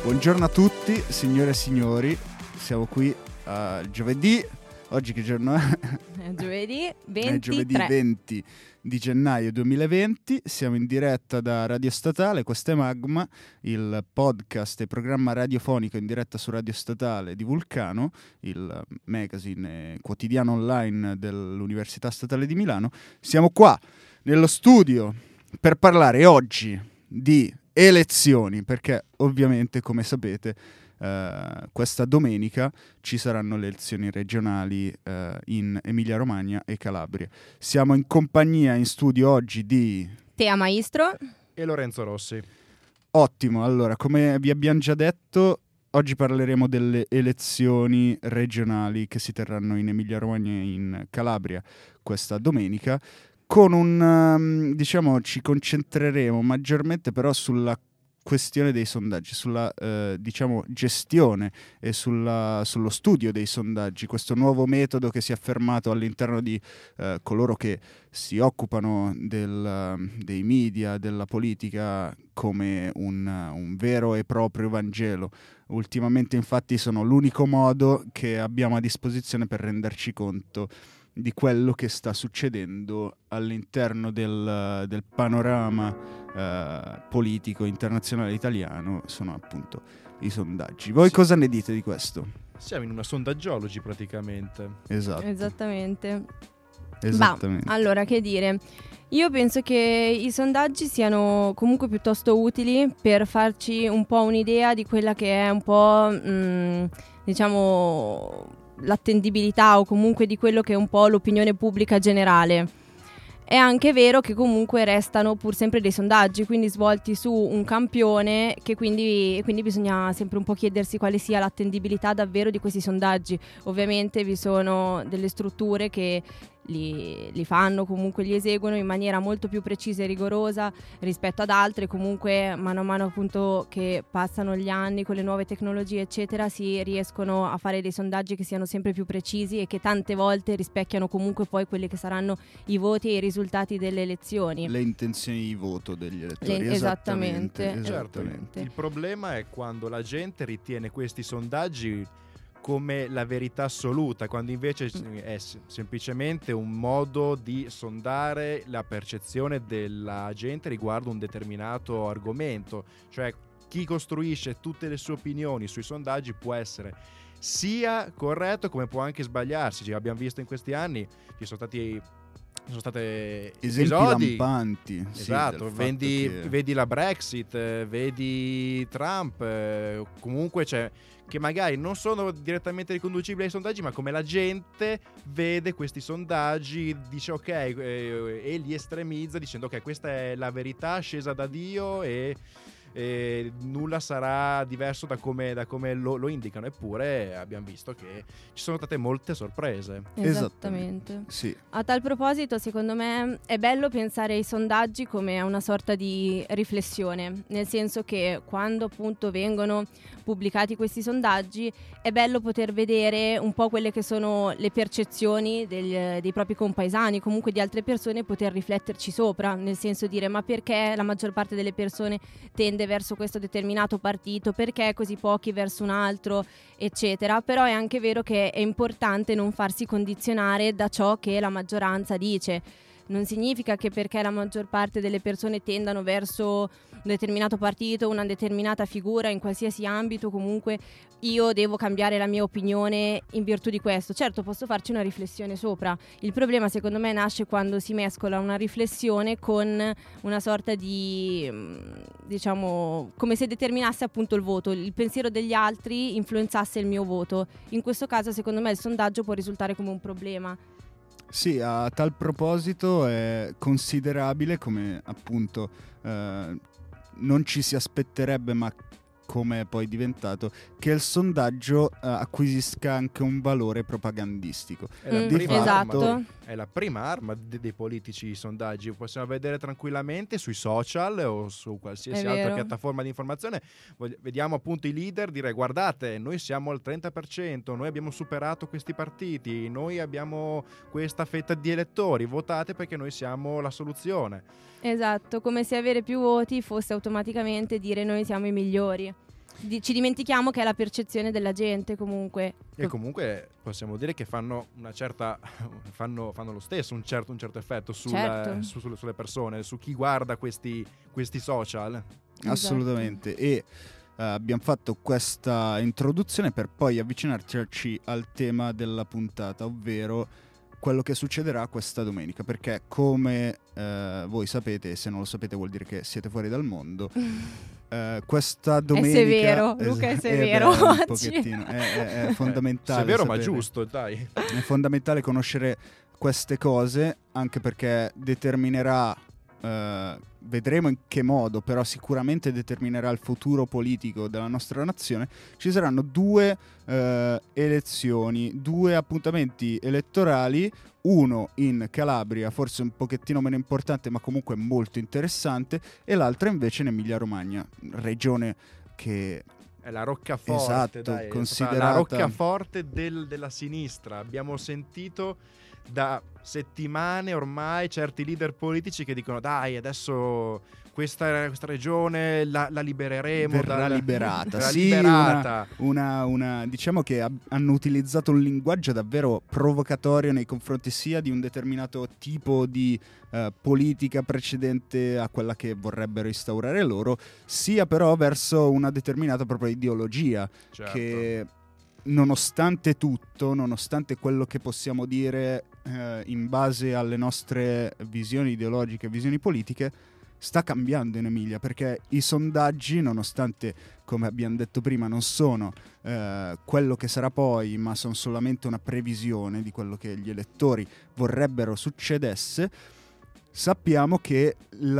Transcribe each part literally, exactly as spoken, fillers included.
Buongiorno a tutti, signore e signori, siamo qui a giovedì, oggi che giorno è? È giovedì ventitré. È giovedì venti di gennaio duemilaventi, siamo in diretta da Radio Statale, questo è Magma, il podcast e programma radiofonico in diretta su Radio Statale di Vulcano, il magazine quotidiano online dell'Università Statale di Milano. Siamo qua nello studio per parlare oggi di elezioni, perché ovviamente, come sapete, uh, questa domenica ci saranno le elezioni regionali uh, in Emilia-Romagna e Calabria. Siamo in compagnia in studio oggi di Tea Maestro e Lorenzo Rossi. Ottimo, allora, come vi abbiamo già detto, oggi parleremo delle elezioni regionali che si terranno in Emilia-Romagna e in Calabria questa domenica. Con un, um, diciamo, ci concentreremo maggiormente però sulla questione dei sondaggi, sulla, eh, diciamo, gestione e sulla, sullo studio dei sondaggi, questo nuovo metodo che si è affermato all'interno di eh, coloro che si occupano del, dei media, della politica, come un, un vero e proprio Vangelo. Ultimamente, infatti, sono l'unico modo che abbiamo a disposizione per renderci conto di quello che sta succedendo all'interno del, del panorama eh, politico internazionale italiano, sono appunto i sondaggi. Voi sì. Cosa ne dite di questo? Siamo in una sondaggiology praticamente. Esatto. Esattamente. Esattamente. Bah, allora, che dire? Io penso che i sondaggi siano comunque piuttosto utili per farci un po' un'idea di quella che è un po', mh, diciamo, l'attendibilità o comunque di quello che è un po' l'opinione pubblica generale. È anche vero che comunque restano pur sempre dei sondaggi, quindi svolti su un campione, che quindi, quindi bisogna sempre un po' chiedersi quale sia l'attendibilità davvero di questi sondaggi. Ovviamente vi sono delle strutture che li, li fanno, comunque li eseguono in maniera molto più precisa e rigorosa rispetto ad altre. Comunque mano a mano appunto che passano gli anni con le nuove tecnologie eccetera, si riescono a fare dei sondaggi che siano sempre più precisi e che tante volte rispecchiano comunque poi quelli che saranno i voti e i risultati delle elezioni, le intenzioni di voto degli elettori. Le, esattamente, esattamente, esattamente. Il problema è quando la gente ritiene questi sondaggi come la verità assoluta, quando invece è semplicemente un modo di sondare la percezione della gente riguardo un determinato argomento. Cioè, chi costruisce tutte le sue opinioni sui sondaggi può essere sia corretto come può anche sbagliarsi. Cioè, abbiamo visto in questi anni, ci sono stati sono state esempi episodi lampanti. Esatto, sì, vedi, che... vedi la Brexit, eh, vedi Trump, eh, comunque c'è che magari non sono direttamente riconducibili ai sondaggi, ma come la gente vede questi sondaggi, dice ok, eh, e li estremizza dicendo ok, questa è la verità scesa da Dio e e nulla sarà diverso da come, da come lo, lo indicano. Eppure abbiamo visto che ci sono state molte sorprese. Esattamente. Sì. A tal proposito, secondo me è bello pensare ai sondaggi come a una sorta di riflessione, nel senso che quando appunto vengono pubblicati questi sondaggi è bello poter vedere un po' quelle che sono le percezioni degli, dei propri compaesani, comunque di altre persone, poter rifletterci sopra, nel senso dire ma perché la maggior parte delle persone tende verso questo determinato partito, perché così pochi verso un altro, eccetera. Però è anche vero che è importante non farsi condizionare da ciò che la maggioranza dice. Non significa che perché la maggior parte delle persone tendano verso un determinato partito, una determinata figura in qualsiasi ambito, comunque io devo cambiare la mia opinione in virtù di questo. Certo, posso farci una riflessione sopra. Il problema secondo me nasce quando si mescola una riflessione con una sorta di, diciamo, come se determinasse appunto il voto, il pensiero degli altri influenzasse il mio voto. In questo caso secondo me il sondaggio può risultare come un problema. Sì, a tal proposito è considerabile come appunto eh, non ci si aspetterebbe, ma come è poi diventato, che il sondaggio uh, acquisisca anche un valore propagandistico. È la mm, prima esatto. arma, è la prima arma de- dei politici i sondaggi. Possiamo vedere tranquillamente sui social o su qualsiasi È altra vero. piattaforma di informazione. Vog- vediamo appunto i leader dire guardate, noi siamo al trenta per cento, noi abbiamo superato questi partiti, noi abbiamo questa fetta di elettori, votate perché noi siamo la soluzione. Esatto, come se avere più voti fosse automaticamente dire noi siamo i migliori. di, ci dimentichiamo che è la percezione della gente comunque. E comunque possiamo dire che fanno una certa fanno, fanno lo stesso un certo, un certo effetto sulla, Certo. su, sulle, sulle persone, su chi guarda questi, questi social. Assolutamente. E uh, abbiamo fatto questa introduzione per poi avvicinarci al tema della puntata, ovvero quello che succederà questa domenica, perché come uh, voi sapete, se non lo sapete vuol dire che siete fuori dal mondo. Uh, questa domenica È severo, Luca, è es- severo eh beh, un oggi. pochettino è, è- è fondamentale Severo ma sapere. giusto, dai. È fondamentale conoscere queste cose, anche perché determinerà, eh, vedremo in che modo, però sicuramente determinerà il futuro politico della nostra nazione. Ci saranno due eh, elezioni, due appuntamenti elettorali, uno in Calabria, forse un pochettino meno importante ma comunque molto interessante, e l'altro invece in Emilia-Romagna, regione che... È la roccaforte, Esatto, dai, è considerata- la roccaforte del- della sinistra. Abbiamo sentito da settimane ormai certi leader politici che dicono dai, adesso questa, questa regione la, la libereremo, verrà dal- liberata. verrà Sì, liberata. Una, una, diciamo che ab- hanno utilizzato un linguaggio davvero provocatorio nei confronti sia di un determinato tipo di eh, politica precedente a quella che vorrebbero instaurare loro, sia però verso una determinata propria ideologia Certo. che nonostante tutto, nonostante quello che possiamo dire eh, in base alle nostre visioni ideologiche, visioni politiche, sta cambiando in Emilia, perché i sondaggi, nonostante, come abbiamo detto prima, non sono eh, quello che sarà poi, ma sono solamente una previsione di quello che gli elettori vorrebbero succedesse, sappiamo che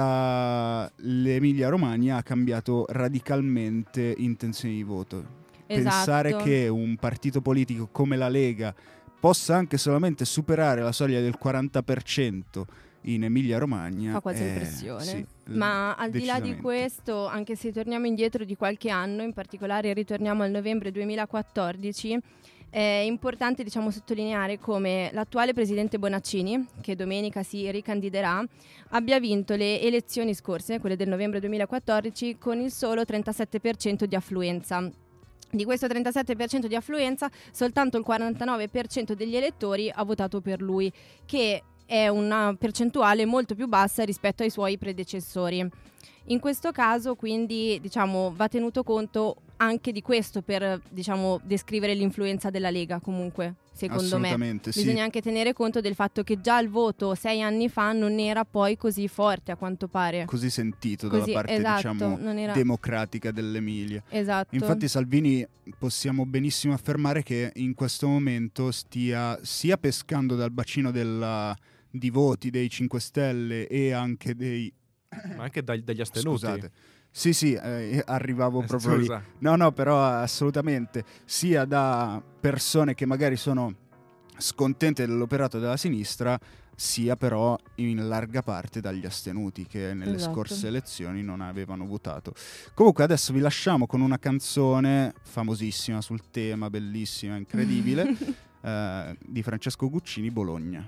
la, l'Emilia-Romagna ha cambiato radicalmente intenzioni di voto. Pensare Esatto. che un partito politico come la Lega possa anche solamente superare la soglia del quaranta per cento in Emilia-Romagna Fa quasi è- impressione. sì, Ma al di là di decisamente. questo, anche se torniamo indietro di qualche anno, in particolare ritorniamo al novembre duemilaquattordici, è importante, diciamo, sottolineare come l'attuale presidente Bonaccini, che domenica si ricandiderà, abbia vinto le elezioni scorse, quelle del novembre duemilaquattordici, con il solo trentasette per cento di affluenza. Di questo trentasette per cento di affluenza, soltanto il quarantanove per cento degli elettori ha votato per lui, che è una percentuale molto più bassa rispetto ai suoi predecessori. In questo caso, quindi, diciamo, va tenuto conto anche di questo per, diciamo, descrivere l'influenza della Lega, comunque, secondo me. Assolutamente, sì. Bisogna anche tenere conto del fatto che già il voto sei anni fa non era poi così forte, a quanto pare. Così sentito Così, dalla parte, esatto, diciamo, non era- democratica dell'Emilia. Esatto. Infatti Salvini possiamo benissimo affermare che in questo momento stia sia pescando dal bacino della, di voti dei cinque Stelle e anche dei... Ma anche dagli, dagli astenuti. Scusate. Sì, sì, eh, arrivavo Eh, proprio lì. scusa. No, no, però assolutamente, sia da persone che magari sono scontente dell'operato della sinistra, sia però in larga parte dagli astenuti che nelle Esatto. scorse elezioni non avevano votato. Comunque adesso vi lasciamo con una canzone famosissima sul tema, bellissima, incredibile, eh, di Francesco Guccini, Bologna.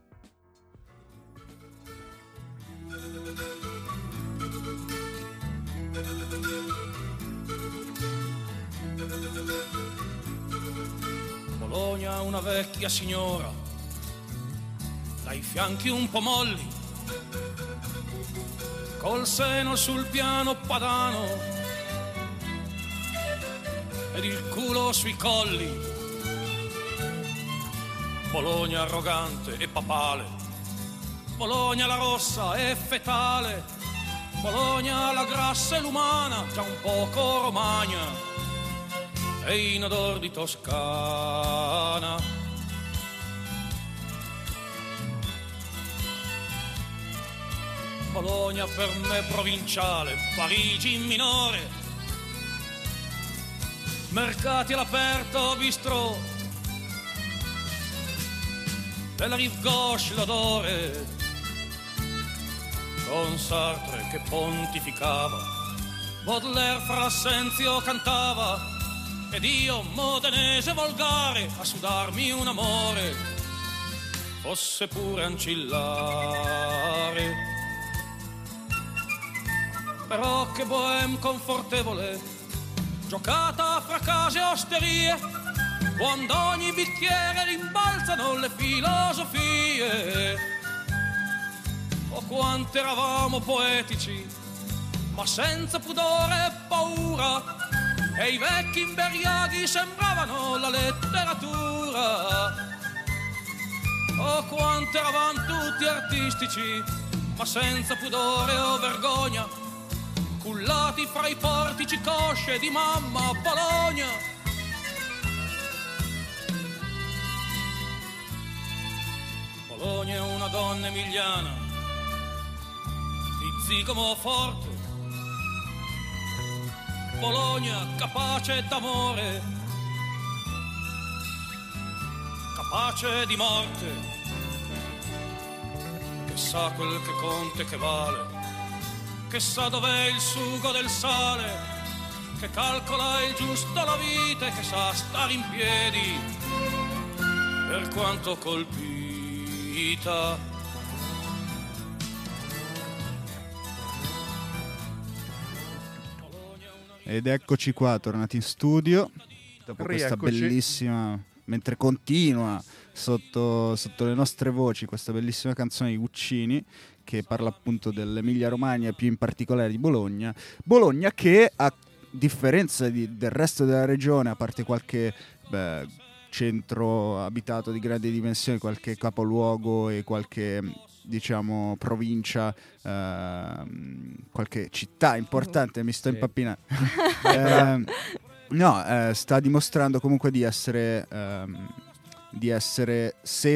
Bologna, una vecchia signora, dai fianchi un po' molli, col seno sul piano padano ed il culo sui colli. Bologna arrogante e papale, Bologna la rossa e fetale, Bologna la grassa e l'umana, già un poco romagna e in odor di Toscana. Bologna per me provinciale, Parigi in minore, mercati all'aperto, bistrò, della rive gauche l'odore, con Sartre che pontificava, Baudelaire fra Assenzio cantava, ed io, modenese volgare, a sudarmi un amore, fosse pure ancillare. Però che bohème confortevole, giocata fra case e osterie, quando ogni bicchiere rimbalzano le filosofie. Oh, quanto eravamo poetici, ma senza pudore e paura, e i vecchi imberiaghi sembravano la letteratura. Oh, quanto eravamo tutti artistici, ma senza pudore o vergogna, cullati fra i portici cosce di mamma Bologna. Bologna è una donna emiliana, di zigomo forte. Bologna capace d'amore, capace di morte, che sa quel che conta e che vale, che sa dov'è il sugo del sale, che calcola il giusto la vita e che sa stare in piedi, per quanto colpita. Ed eccoci qua, tornati in studio, dopo questa Rieccoci. bellissima, mentre continua sotto, sotto le nostre voci, questa bellissima canzone di Guccini, che parla appunto dell'Emilia Romagna e più in particolare di Bologna. Bologna che, a differenza di- del resto della regione, a parte qualche beh, centro abitato di grandi dimensioni, qualche capoluogo e qualche, diciamo, provincia, ehm, qualche città importante, mi sto Sì. impappinando. Ehm, no, eh, sta dimostrando comunque di essere, ehm, di essere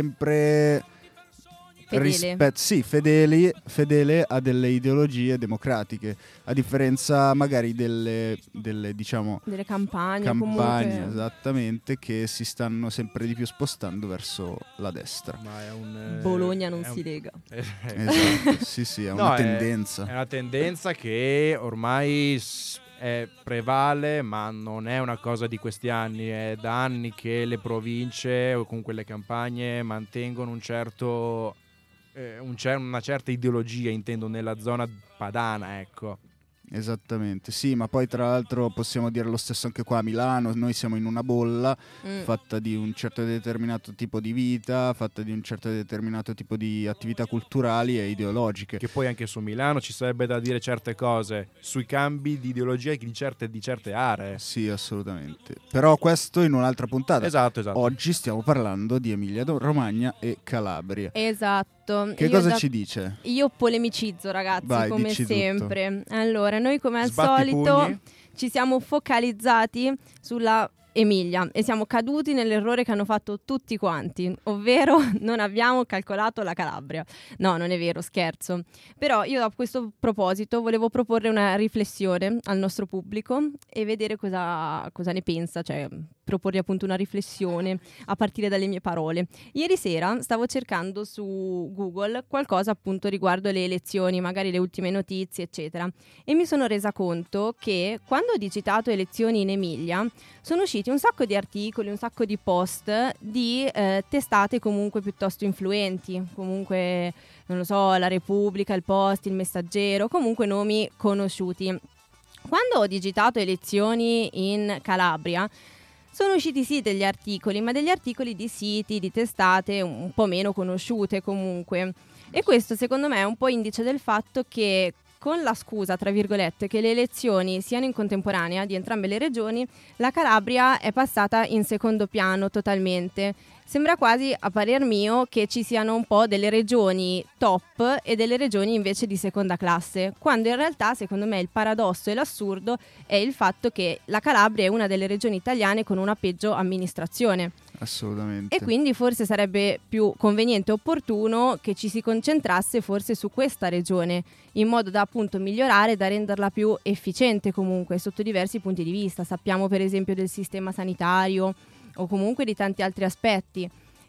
sempre Fedele. rispet- sì, fedeli, fedele a delle ideologie democratiche, a differenza magari delle, delle diciamo, Delle campagne, campagne, comunque. esattamente, che si stanno sempre di più spostando verso la destra. Ma è un, eh, Bologna non è un- si lega. eh, Esatto, sì, sì, è No, una è- tendenza. È una tendenza che ormai s- è prevale, ma non è una cosa di questi anni. È da anni che le province o comunque le campagne mantengono un certo, eh, un cer- una certa ideologia, intendo, nella zona padana, ecco. Esattamente, sì, ma poi tra l'altro possiamo dire lo stesso anche qua a Milano. Noi siamo in una bolla Mm. fatta di un certo e determinato tipo di vita, fatta di un certo e determinato tipo di attività culturali e ideologiche. Che poi anche su Milano ci sarebbe da dire certe cose sui cambi di ideologia di certe, di certe aree. Sì, assolutamente. Però questo in un'altra puntata. Esatto, esatto. Oggi stiamo parlando di Emilia Romagna e Calabria. Esatto. Che Io cosa da- ci dice? Io polemicizzo, ragazzi, Vai, come dici tutto. sempre. Allora, noi come al Sbatti i solito pugni. ci siamo focalizzati sulla Emilia e siamo caduti nell'errore che hanno fatto tutti quanti, ovvero non abbiamo calcolato la Calabria. No, non è vero, scherzo. Però io a questo proposito volevo proporre una riflessione al nostro pubblico e vedere cosa, cosa ne pensa, cioè proporre appunto una riflessione a partire dalle mie parole. Ieri sera stavo cercando su Google qualcosa appunto riguardo le elezioni, magari le ultime notizie, eccetera, e mi sono resa conto che quando ho digitato elezioni in Emilia sono usciti un sacco di articoli, un sacco di post di eh, testate comunque piuttosto influenti, comunque non lo so, la Repubblica, il Post, il Messaggero, comunque nomi conosciuti. Quando ho digitato elezioni in Calabria sono usciti sì degli articoli, ma degli articoli di siti, di testate un po' meno conosciute comunque. E questo secondo me è un po' indice del fatto che, con la scusa, tra virgolette, che le elezioni siano in contemporanea di entrambe le regioni, la Calabria è passata in secondo piano totalmente. Sembra quasi, a parer mio, che ci siano un po' delle regioni top e delle regioni invece di seconda classe, quando in realtà, secondo me, il paradosso e l'assurdo è il fatto che la Calabria è una delle regioni italiane con una peggio amministrazione. Assolutamente. E quindi forse sarebbe più conveniente e opportuno che ci si concentrasse forse su questa regione, in modo da appunto migliorare, da renderla più efficiente comunque sotto diversi punti di vista. Sappiamo per esempio del sistema sanitario o comunque di tanti altri aspetti.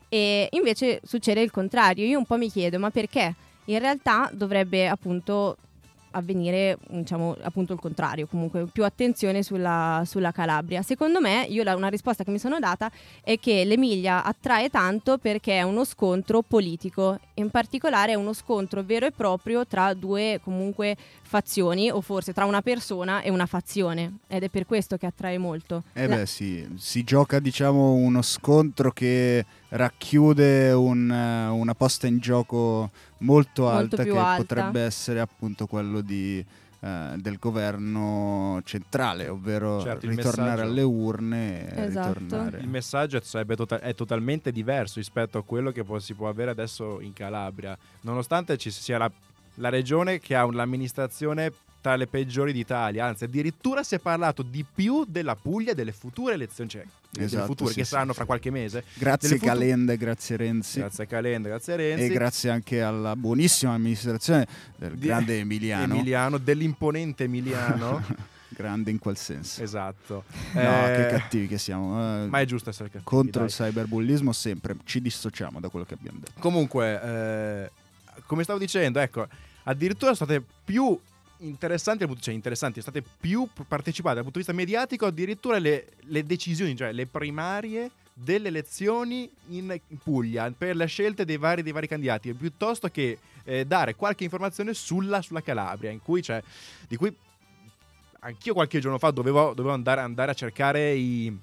E invece succede il contrario. Io un po' mi chiedo, ma perché? In realtà dovrebbe appunto avvenire, diciamo, appunto il contrario, comunque più attenzione sulla, sulla Calabria. Secondo me, io la, una risposta che mi sono data è che l'Emilia attrae tanto perché è uno scontro politico, in particolare è uno scontro vero e proprio tra due comunque fazioni, o forse tra una persona e una fazione, ed è per questo che attrae molto. Eh La- beh sì, si gioca diciamo uno scontro che racchiude un, eh, una posta in gioco molto Molto alta, più che alta. potrebbe essere appunto quello di, eh, del governo centrale, ovvero Certo, il ritornare messaggio- alle urne e Esatto. ritornare. Il messaggio sarebbe tota- è totalmente diverso rispetto a quello che può- si può avere adesso in Calabria, nonostante ci sia la, la regione che ha l'amministrazione tra le peggiori d'Italia, anzi addirittura si è parlato di più della Puglia e delle future elezioni, cioè delle Esatto, future sì, che sì, saranno sì. fra qualche mese. Grazie delle futu- Calenda, grazie Renzi. Grazie a Calenda, grazie a Renzi. E grazie anche alla buonissima amministrazione del Di- grande Emiliano. Emiliano, dell'imponente Emiliano. Grande in quel senso. Esatto. No, Eh, che cattivi che siamo. eh. Ma è giusto essere cattivi. Contro dai. il cyberbullismo sempre ci dissociamo da quello che abbiamo detto. Comunque, eh, come stavo dicendo, ecco, addirittura sono state più interessanti, cioè interessanti, state più partecipate dal punto di vista mediatico, addirittura le, le decisioni, cioè le primarie delle elezioni in Puglia per le scelte dei vari, dei vari candidati, piuttosto che eh, dare qualche informazione sulla, sulla Calabria, in cui c'è, di cui anch'io qualche giorno fa dovevo, dovevo andare, andare a cercare i,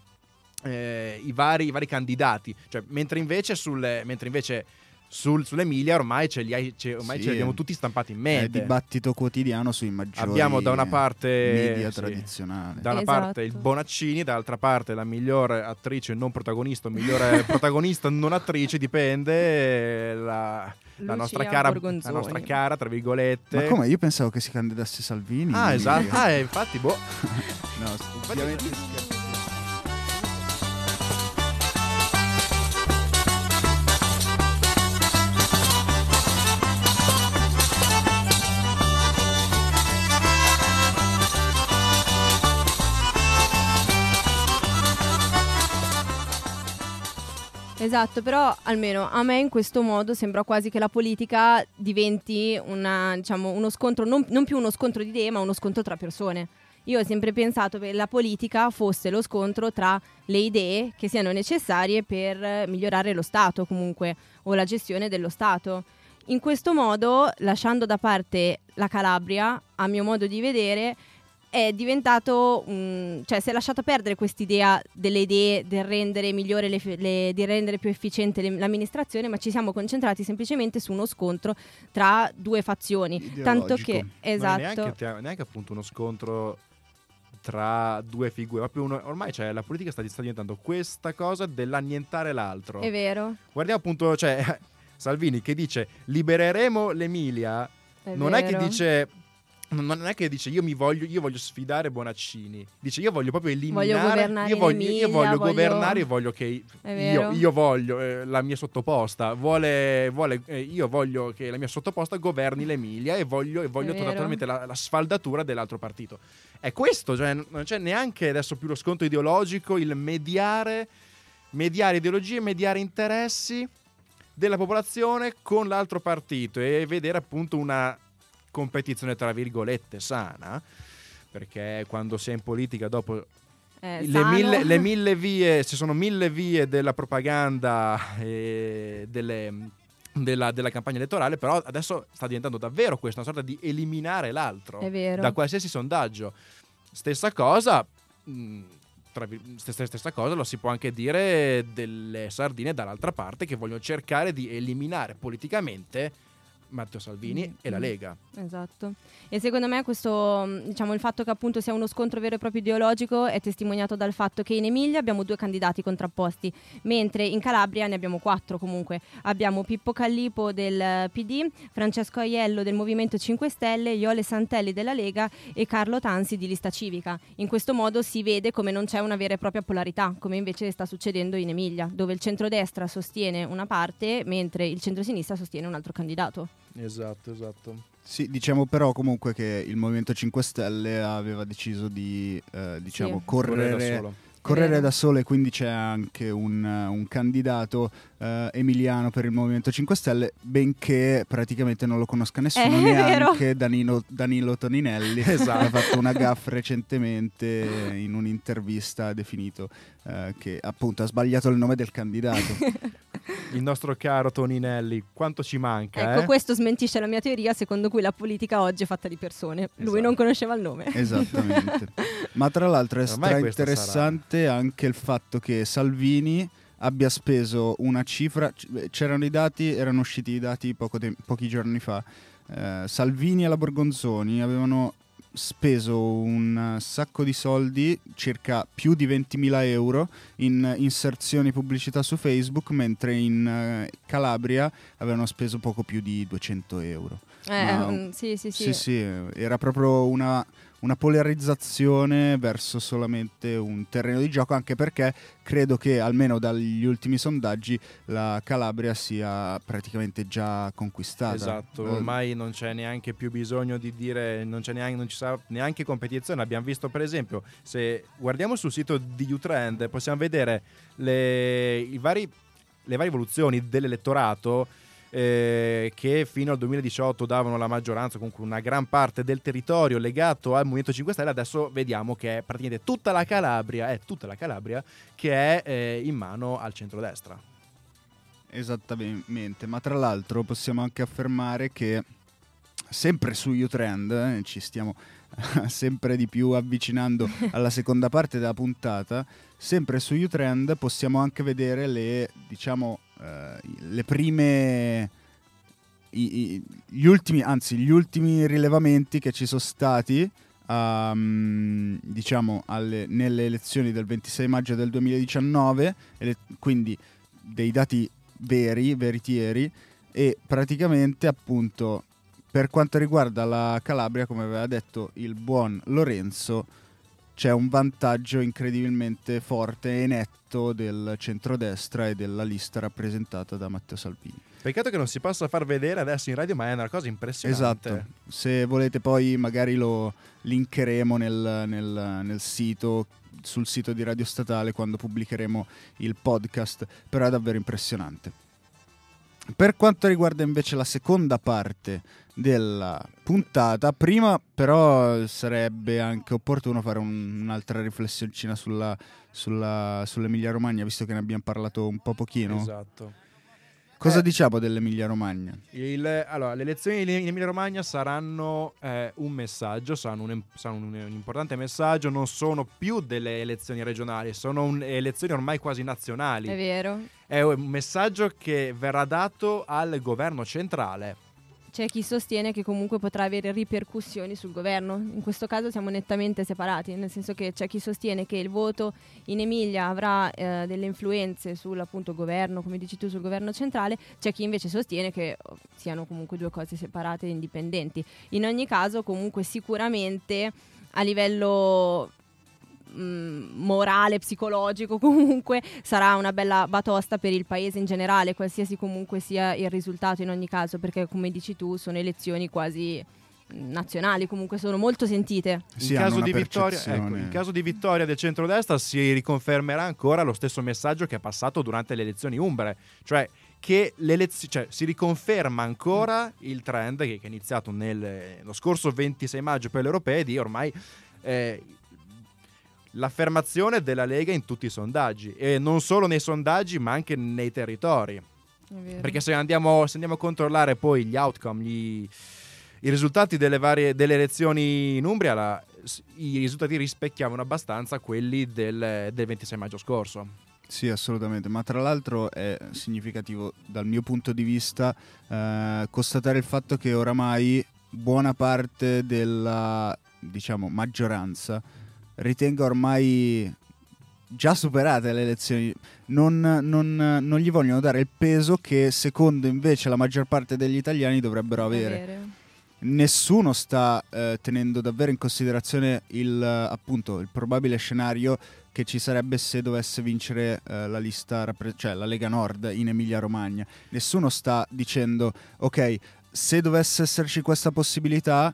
eh, i, vari, i vari candidati, cioè, mentre invece sulle, mentre invece sul, sull'Emilia ormai ce li, hai, ce, ormai Sì, ce li abbiamo tutti stampati in È mente. dibattito quotidiano sui maggiori Abbiamo da una parte media sì, tradizionali. da una Esatto. parte il Bonaccini, dall'altra parte la migliore attrice non protagonista, migliore protagonista non attrice, dipende, la, la Lucia nostra cara, la Borgonzoni. nostra cara, tra virgolette. Ma come? Io pensavo che si candidasse Salvini. Ah, esatto. Ah, eh, infatti, boh. No, ovviamente scherzo. Esatto, però almeno a me in questo modo sembra quasi che la politica diventi una, diciamo, uno scontro, non, non più uno scontro di idee, ma uno scontro tra persone. Io ho sempre pensato che la politica fosse lo scontro tra le idee che siano necessarie per migliorare lo Stato comunque, o la gestione dello Stato. In questo modo, lasciando da parte la Calabria, a mio modo di vedere, è diventato, um, cioè si è lasciata perdere quest'idea delle idee del rendere migliore le, le, di rendere più efficiente le, l'amministrazione, ma ci siamo concentrati semplicemente su uno scontro tra due fazioni, tanto Ideologico. che Non è esatto. neanche, neanche appunto uno scontro tra due figure, proprio uno, ormai cioè, la politica sta, sta diventando questa cosa dell'annientare l'altro. È vero. Guardiamo appunto, cioè Salvini che dice libereremo l'Emilia, È non è vero. che dice non è che dice io mi voglio io voglio sfidare Bonaccini, dice io voglio proprio eliminare, Voglio governare io voglio, in io Emilia, voglio voglio- governare, io voglio che È io, vero. io voglio eh, la mia sottoposta vuole, vuole eh, io voglio che la mia sottoposta governi l'Emilia e voglio, e voglio È vero. totalmente la, la sfaldatura dell'altro partito. È questo, cioè non c'è neanche adesso più lo scontro ideologico, il mediare mediare ideologie, mediare interessi della popolazione con l'altro partito e vedere appunto una competizione tra virgolette sana, perché quando si è in politica dopo È le sano. mille, le mille vie, ci sono mille vie della propaganda e delle, della, della campagna elettorale, però adesso sta diventando davvero questa una sorta di eliminare l'altro È vero. da qualsiasi sondaggio. Stessa cosa mh, tra vir- stessa, stessa cosa lo si può anche dire delle sardine dall'altra parte, che vogliono cercare di eliminare politicamente Matteo Salvini Mm, e la mm. Lega. Esatto. E secondo me questo, mh, diciamo, il fatto che appunto sia uno scontro vero e proprio ideologico è testimoniato dal fatto che in Emilia abbiamo due candidati contrapposti, mentre in Calabria ne abbiamo quattro comunque. Abbiamo Pippo Callipo del P D, Francesco Aiello del Movimento cinque Stelle, Iole Santelli della Lega e Carlo Tansi di Lista Civica. In questo modo si vede come non c'è una vera e propria polarità, come invece sta succedendo in Emilia, dove il centrodestra sostiene una parte, mentre il centrosinistra sostiene un altro candidato. Esatto, esatto. Sì, diciamo però comunque che il Movimento cinque Stelle aveva deciso di eh, diciamo Sì. Correre da correre solo. Correre vero. da Sole, quindi c'è anche un, un candidato eh, emiliano per il Movimento cinque Stelle, benché praticamente non lo conosca nessuno, Eh, è neanche Danilo, Danilo Toninelli. Esatto. Ha fatto una gaffe recentemente in un'intervista, ha definito eh, che appunto ha sbagliato il nome del candidato. Il nostro caro Toninelli, quanto ci manca, Ecco, eh? questo smentisce la mia teoria secondo cui la politica oggi è fatta di persone. Lui Esatto. non conosceva il nome. Esattamente. Ma tra l'altro è Ormai stra questo interessante anche il fatto che Salvini abbia speso una cifra, c- c'erano i dati, erano usciti i dati poco te- pochi giorni fa. Eh, Salvini e la Borgonzoni avevano speso un sacco di soldi, circa più di ventimila euro, in inserzioni pubblicità su Facebook, mentre in eh, Calabria avevano speso poco più di duecento euro. Eh, Ma- mm, sì, sì, sì. Sì, sì, era proprio una, una polarizzazione verso solamente un terreno di gioco, anche perché credo che almeno dagli ultimi sondaggi la Calabria sia praticamente già conquistata. Esatto, Eh, ormai non c'è neanche più bisogno di dire, non, c'è neanche, non ci sarà neanche competizione. Abbiamo visto, per esempio, se guardiamo sul sito di Utrend, possiamo vedere le, i vari, le varie evoluzioni dell'elettorato eh, che fino al duemiladiciotto davano la maggioranza, comunque una gran parte del territorio legato al Movimento cinque Stelle. Adesso vediamo che è praticamente tutta la Calabria, è tutta la Calabria che è eh, in mano al centrodestra. Esattamente, ma tra l'altro possiamo anche affermare che sempre su Utrend eh, ci stiamo sempre di più avvicinando alla seconda parte della puntata. Sempre su Utrend possiamo anche vedere le, diciamo, eh, le prime i, i, gli ultimi, anzi gli ultimi rilevamenti che ci sono stati um, diciamo alle, nelle elezioni del ventisei maggio del duemiladiciannove, ele- quindi dei dati veri, veritieri, e praticamente appunto per quanto riguarda la Calabria, come aveva detto il buon Lorenzo, c'è un vantaggio incredibilmente forte e netto del centrodestra e della lista rappresentata da Matteo Salvini. Peccato che non si possa far vedere adesso in radio, ma è una cosa impressionante. Esatto, se volete poi magari lo linkeremo nel, nel, nel sito, sul sito di Radio Statale quando pubblicheremo il podcast, però è davvero impressionante. Per quanto riguarda invece la seconda parte della puntata, prima però sarebbe anche opportuno fare un, un'altra riflessioncina sulla, sulla, sull'Emilia Romagna, visto che ne abbiamo parlato un po' pochino. Esatto. Cosa Eh, diciamo dell'Emilia Romagna? Il, allora, le elezioni in Emilia Romagna saranno eh, un messaggio, saranno, un, saranno un, un importante messaggio, non sono più delle elezioni regionali, sono un, elezioni ormai quasi nazionali. È vero. È un messaggio che verrà dato al governo centrale. C'è chi sostiene che comunque potrà avere ripercussioni sul governo. In questo caso siamo nettamente separati, nel senso che c'è chi sostiene che il voto in Emilia avrà eh, delle influenze sul appunto governo, come dici tu, sul governo centrale. C'è chi invece sostiene che oh, siano comunque due cose separate e indipendenti. In ogni caso, comunque sicuramente a livello morale, psicologico, comunque sarà una bella batosta per il paese in generale, qualsiasi comunque sia il risultato in ogni caso, perché come dici tu sono elezioni quasi nazionali, comunque sono molto sentite. Sì, in, hanno caso una di vittoria, ecco, percezione. in caso di vittoria del centrodestra si riconfermerà ancora lo stesso messaggio che è passato durante le elezioni umbre, cioè che l'elez- cioè, si riconferma ancora il trend che, che è iniziato nel, lo scorso ventisei maggio per le europee di ormai eh, l'affermazione della Lega in tutti i sondaggi, e non solo nei sondaggi ma anche nei territori, perché se andiamo, se andiamo a controllare poi gli outcome, gli, i risultati delle varie delle elezioni in Umbria, la, i risultati rispecchiavano abbastanza quelli del, del ventisei maggio scorso. Sì, assolutamente, ma tra l'altro è significativo dal mio punto di vista eh, constatare il fatto che oramai buona parte della, diciamo, maggioranza ritenga ormai già superate le elezioni, non, non, non gli vogliono dare il peso che secondo invece la maggior parte degli italiani dovrebbero avere. Avere. Nessuno sta eh, tenendo davvero in considerazione il, appunto, il probabile scenario che ci sarebbe se dovesse vincere eh, la lista, rappre- cioè la Lega Nord in Emilia Romagna. Nessuno sta dicendo ok, se dovesse esserci questa possibilità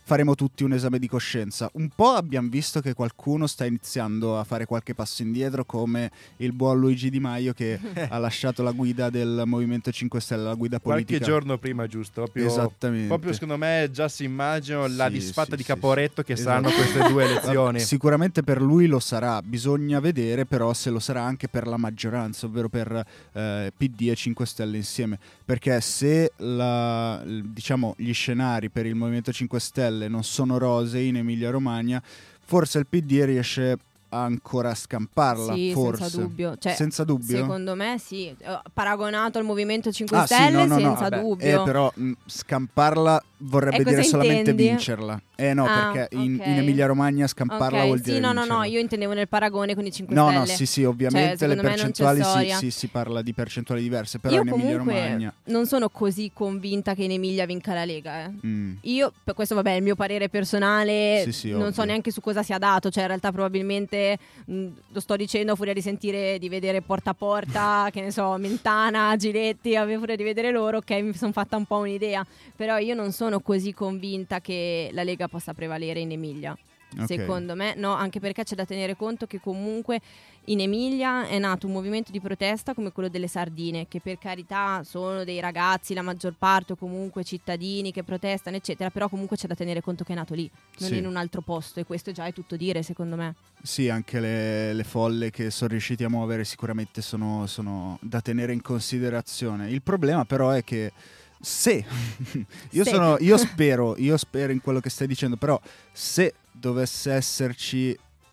faremo tutti un esame di coscienza. Un po' abbiamo visto che qualcuno sta iniziando a fare qualche passo indietro, come il buon Luigi Di Maio che ha lasciato la guida del Movimento cinque Stelle, la guida politica. Qualche giorno prima, giusto? Proprio, Esattamente. Proprio secondo me già si immaginano la Sì, disfatta sì, di sì, Caporetto sì. che Esatto. saranno queste due elezioni. Sicuramente per lui lo sarà, bisogna vedere però se lo sarà anche per la maggioranza, ovvero per eh, P D e cinque Stelle insieme, perché se la, diciamo, gli scenari per il Movimento cinque Stelle non sono rosei in Emilia Romagna, forse il P D riesce ancora a scamparla, Sì, forse. senza dubbio. Cioè, senza dubbio? Secondo me sì, Eh, paragonato al Movimento cinque Ah, sì, Stelle, no, no, no, senza vabbè. dubbio. Eh, però mh, scamparla vorrebbe Eh, cosa dire solamente intendi? vincerla. Eh no, Ah, perché in, ok. in Emilia Romagna scamparla Ok, vuol sì, dire no, no, no, vincerla. io intendevo nel paragone con i cinque No, Stelle. no, sì, sì, ovviamente Cioè, le secondo me non c'è percentuali si, storia. si, si parla di percentuali diverse, però Io in Emilia comunque Romagna... non sono così convinta che in Emilia vinca la Lega. Eh. Mm. Io, per questo vabbè, è il mio parere personale, Sì, sì, non ovvio. so neanche su cosa sia dato, cioè in realtà probabilmente mh, lo sto dicendo a furia di sentire, di vedere porta a porta, che ne so, Mentana, Giletti, a furia di vedere loro, ok, mi sono fatta un po' un'idea, però io non sono così convinta che la Lega possa prevalere in Emilia. Ok. Secondo me no, anche perché c'è da tenere conto che comunque in Emilia è nato un movimento di protesta come quello delle sardine, che per carità sono dei ragazzi, la maggior parte, o comunque cittadini che protestano eccetera, però comunque c'è da tenere conto che è nato lì, non Sì. in un altro posto, e questo già è tutto dire secondo me. Sì, anche le, le folle che sono riusciti a muovere sicuramente sono, sono da tenere in considerazione. Il problema però è che se io, Se. sono, io spero io spero in quello che stai dicendo, però se dovesse esserci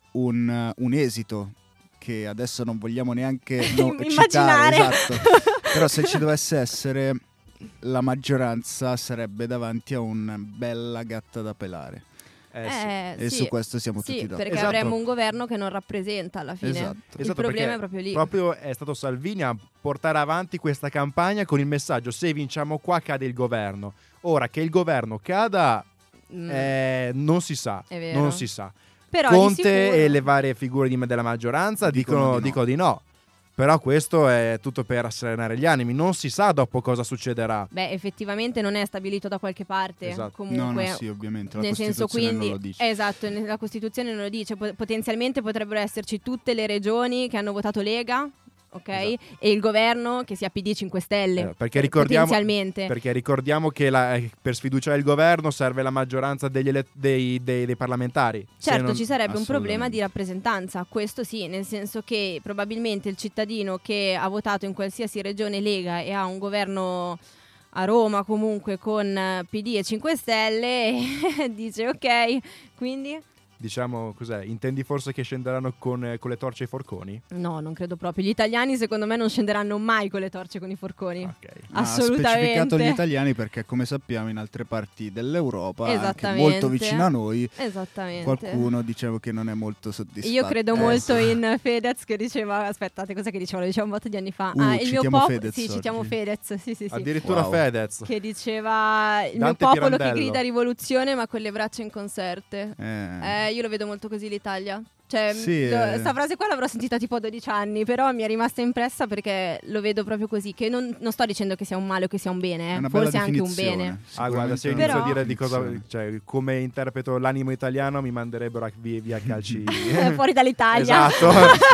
un, un esito che adesso non vogliamo neanche no, citare, Immaginare. esatto, però se ci dovesse essere, la maggioranza sarebbe davanti a una bella gatta da pelare. Eh, sì. Eh, E sì. su questo siamo Sì, tutti d'accordo. perché Esatto. avremo un governo che non rappresenta alla fine. Esatto. Il Esatto, problema perché è proprio lì. Proprio è stato Salvini a portare avanti questa campagna con il messaggio: se vinciamo qua cade il governo. Ora che il governo cada, Mm, eh, non si sa, È vero. non si sa. però di Conte sicuro- e le varie figure di- della maggioranza Dicono dicono, di no. dicono di no. Però questo è tutto per serenare gli animi. Non si sa dopo cosa succederà. Beh, effettivamente non è stabilito da qualche parte. Esatto. Comunque, No, no, sì, ovviamente la nel senso, Costituzione quindi, non lo dice. esatto, la Costituzione non lo dice. Po- potenzialmente potrebbero esserci tutte le regioni che hanno votato Lega, ok? Esatto. E il governo che sia P D cinque Stelle. Eh, perché ricordiamo- Potenzialmente. Perché ricordiamo che la- eh, per sfiduciare il governo serve la maggioranza degli ele- dei, dei- dei parlamentari. Se Certo, non- ci sarebbe un problema assolutamente. di rappresentanza, questo sì, nel senso che probabilmente il cittadino che ha votato in qualsiasi regione Lega e ha un governo a Roma comunque con eh, P D e cinque Stelle dice ok, quindi Diciamo, cos'è? Intendi forse che scenderanno con, eh, con le torce e i forconi? no, non credo proprio. Gli italiani secondo me non scenderanno mai con le torce e con i forconi. Ok. Ha Assolutamente. specificato gli italiani perché, come sappiamo, in altre parti dell'Europa, anche Esattamente. molto vicino a noi, Esattamente. qualcuno dicevo che non è molto soddisfatto. Io credo Eh, molto sì. in Fedez che diceva, aspettate, cosa che diceva? Lo diceva un botto di anni fa. Uh, ah, il mio citiamo popolo, Fedez sì, oggi. citiamo Fedez, sì, sì, sì. Addirittura Wow. Fedez. Che diceva il Dante mio popolo Pirandello. che grida rivoluzione ma con le braccia in conserte. Eh. Eh, io lo vedo molto così l'Italia. Cioè, Sì, lo- eh. sta frase qua l'avrò sentita tipo a dodici anni, però mi è rimasta impressa perché lo vedo proprio così. Che non, non sto dicendo che sia un male o che sia un bene, È eh. una bella forse anche un definizione. bene. Ah, guarda, se io Sicuramente inizio Però- a dire di cosa, definizione. cioè, come interpreto l'animo italiano, mi manderebbero a via, via calci. Eh, fuori dall'Italia. Esatto.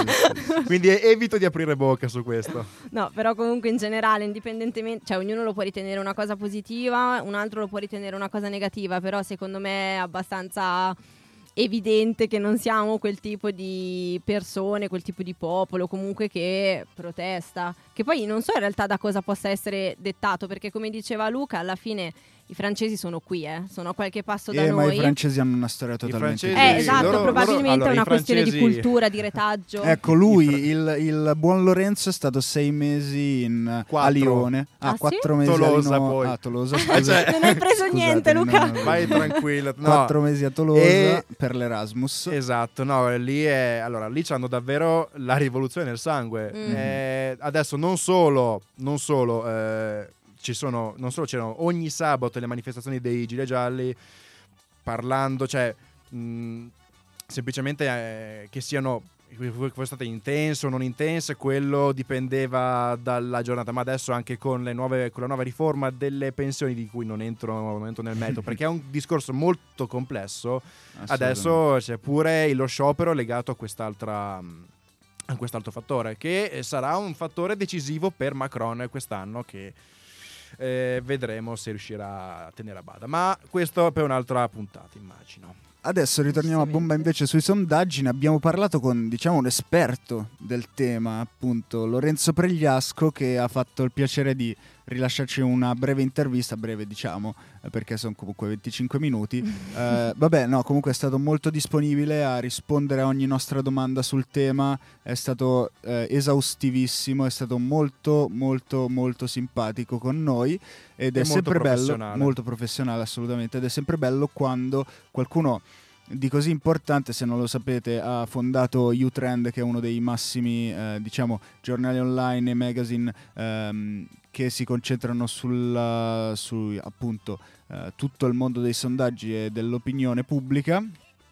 Quindi evito di aprire bocca su questo. No, però comunque in generale, indipendentemente, cioè ognuno lo può ritenere una cosa positiva, un altro lo può ritenere una cosa negativa, però secondo me è abbastanza evidente che non siamo quel tipo di persone, quel tipo di popolo comunque che protesta, che poi non so in realtà da cosa possa essere dettato, perché come diceva Luca, alla fine i francesi sono qui, eh, sono a qualche passo da Eh, ma noi. i francesi hanno una storia totalmente francesi- Eh, diversa. esatto, loro- probabilmente loro- allora, è una i questione di francesi- cultura, di retaggio. Ecco, lui, il, il buon Lorenzo, è stato sei mesi in, a Quattro. Lione. Ah, Ah, sì? quattro mesi Tolosa, a Lino- poi. Ah, Tolosa, Ah, scusa. cioè- Non hai preso niente, Luca. no, no, no. Vai tranquillo. No. Quattro mesi a Tolosa E- per l'Erasmus. Esatto, no, lì è allora lì c'hanno davvero la rivoluzione nel sangue. Mm. Eh, adesso non solo, non solo eh, ci sono, non solo c'erano ogni sabato le manifestazioni dei Gilet Gialli parlando, cioè mh, semplicemente eh, che siano fosse stato intenso o non intenso, quello dipendeva dalla giornata, ma adesso anche con le nuove con la nuova riforma delle pensioni, di cui non entro, non entro nel merito perché è un discorso molto complesso, adesso c'è pure lo sciopero legato a quest'altra a quest'altro fattore, che sarà un fattore decisivo per Macron quest'anno, che eh, vedremo se riuscirà a tenere a bada, ma questo per un'altra puntata, immagino. Adesso ritorniamo a bomba invece sui sondaggi. Ne abbiamo parlato con, diciamo, un esperto del tema, appunto Lorenzo Pregliasco, che ha fatto il piacere di rilasciarci una breve intervista, breve diciamo, perché sono comunque venticinque minuti. eh, vabbè, no, comunque è stato molto disponibile a rispondere a ogni nostra domanda sul tema, è stato eh, esaustivissimo, è stato molto molto molto simpatico con noi ed è, è sempre bello, molto professionale assolutamente, ed è sempre bello quando qualcuno di così importante, se non lo sapete, ha fondato Utrend, che è uno dei massimi eh, diciamo giornali online e magazine ehm, che si concentrano sulla, su appunto eh, tutto il mondo dei sondaggi e dell'opinione pubblica.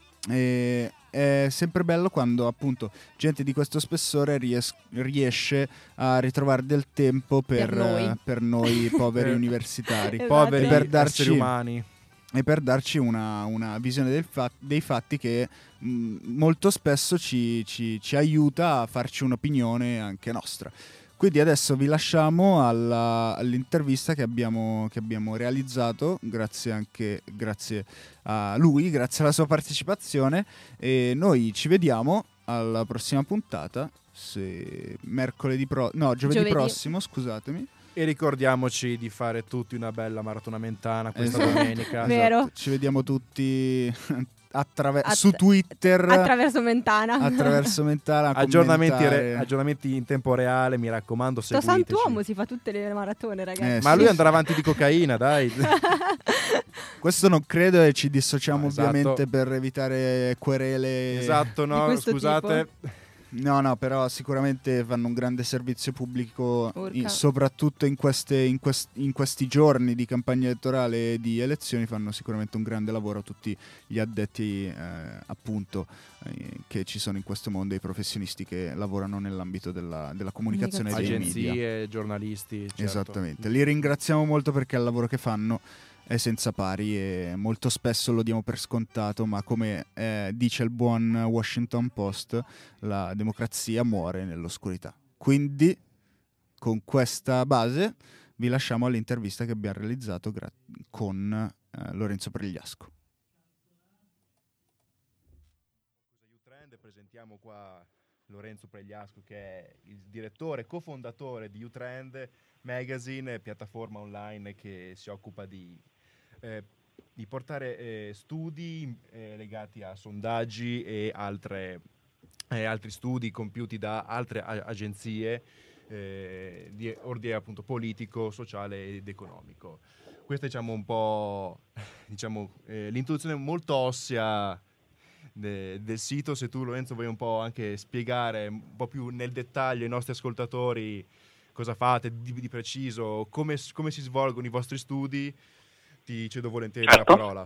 E è sempre bello quando appunto gente di questo spessore ries- riesce a ritrovare del tempo per, per noi, eh, per noi poveri universitari, esatto. poveri per darci, esseri umani, e per darci una, una visione del fa- dei fatti che mh, molto spesso ci, ci, ci aiuta a farci un'opinione anche nostra. Quindi adesso vi lasciamo alla, all'intervista che abbiamo, che abbiamo realizzato, grazie anche grazie a lui, grazie alla sua partecipazione, e noi ci vediamo alla prossima puntata, se mercoledì pro- no, giovedì, giovedì prossimo, scusatemi. E ricordiamoci di fare tutti una bella maratona mentana questa esatto. domenica. Vero. Esatto. Ci vediamo tutti attraver- Att- su Twitter attraverso Mentana. Attraverso Mentana. Aggiornamenti, re- aggiornamenti in tempo reale, mi raccomando, Sto seguiteci. santuomo si fa tutte le maratone, ragazzi. Eh, Ma sì. lui andrà avanti di cocaina, dai. Questo non credo, e ci dissociamo No, esatto. ovviamente per evitare querele. Esatto, no, scusate. Tipo? No, no, però sicuramente fanno un grande servizio pubblico, in, Urca. soprattutto in, queste, in, quest, in questi giorni di campagna elettorale e di elezioni, fanno sicuramente un grande lavoro tutti gli addetti eh, appunto eh, che ci sono in questo mondo, i professionisti che lavorano nell'ambito della, della comunicazione e dei media. Agenzie, giornalisti, certo. Esattamente, li ringraziamo molto perché il lavoro che fanno è senza pari e molto spesso lo diamo per scontato, ma come eh, dice il buon Washington Post, la democrazia muore nell'oscurità. Quindi con questa base vi lasciamo all'intervista che abbiamo realizzato gra- con eh, Lorenzo Pregliasco. Utrend, presentiamo qua Lorenzo Pregliasco, che è il direttore, cofondatore di Utrend Magazine, piattaforma online che si occupa di Eh, di portare eh, studi eh, legati a sondaggi e altre, eh, altri studi compiuti da altre a- agenzie eh, di ordine appunto politico, sociale ed economico. Questa è diciamo un po' diciamo eh, l'introduzione molto ossea de- del sito. Se tu, Lorenzo, vuoi un po' anche spiegare un po' più nel dettaglio ai nostri ascoltatori cosa fate di, di preciso, come, come si svolgono i vostri studi, ti cedo volentieri certo. la parola.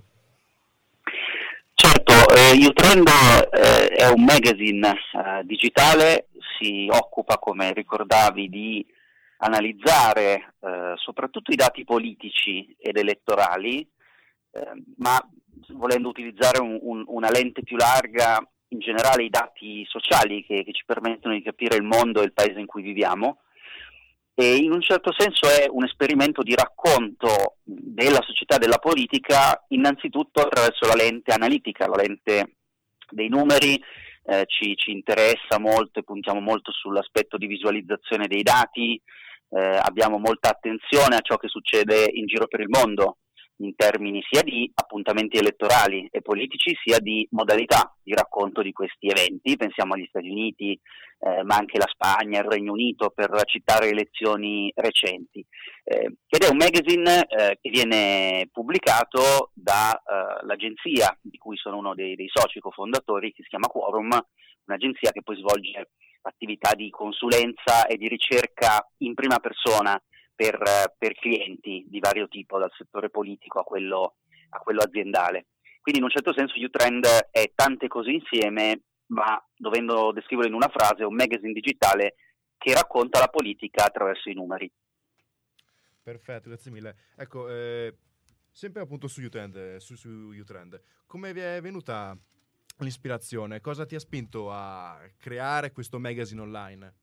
Certo, eh, Utrend eh, è un magazine eh, digitale, si occupa, come ricordavi, di analizzare eh, soprattutto i dati politici ed elettorali, eh, ma volendo utilizzare un, un, una lente più larga, in generale i dati sociali che, che ci permettono di capire il mondo e il paese in cui viviamo. E in un certo senso è un esperimento di racconto della società e della politica, innanzitutto attraverso la lente analitica, la lente dei numeri. Eh, ci, ci interessa molto e puntiamo molto sull'aspetto di visualizzazione dei dati, eh, abbiamo molta attenzione a ciò che succede in giro per il mondo, in termini sia di appuntamenti elettorali e politici, sia di modalità di racconto di questi eventi. Pensiamo agli Stati Uniti, eh, ma anche la Spagna, il Regno Unito, per citare elezioni recenti. Eh, ed è un magazine eh, che viene pubblicato dall'agenzia uh, di cui sono uno dei, dei soci cofondatori, che si chiama Quorum, un'agenzia che poi svolge attività di consulenza e di ricerca in prima persona Per, per clienti di vario tipo, dal settore politico a quello, a quello aziendale. Quindi in un certo senso Utrend è tante cose insieme ma dovendo descriverlo in una frase, è un magazine digitale che racconta la politica attraverso i numeri. Perfetto, grazie mille. Ecco, eh, sempre appunto su Utrend, su, su Utrend, come vi è venuta l'ispirazione? Cosa ti ha spinto a creare questo magazine online?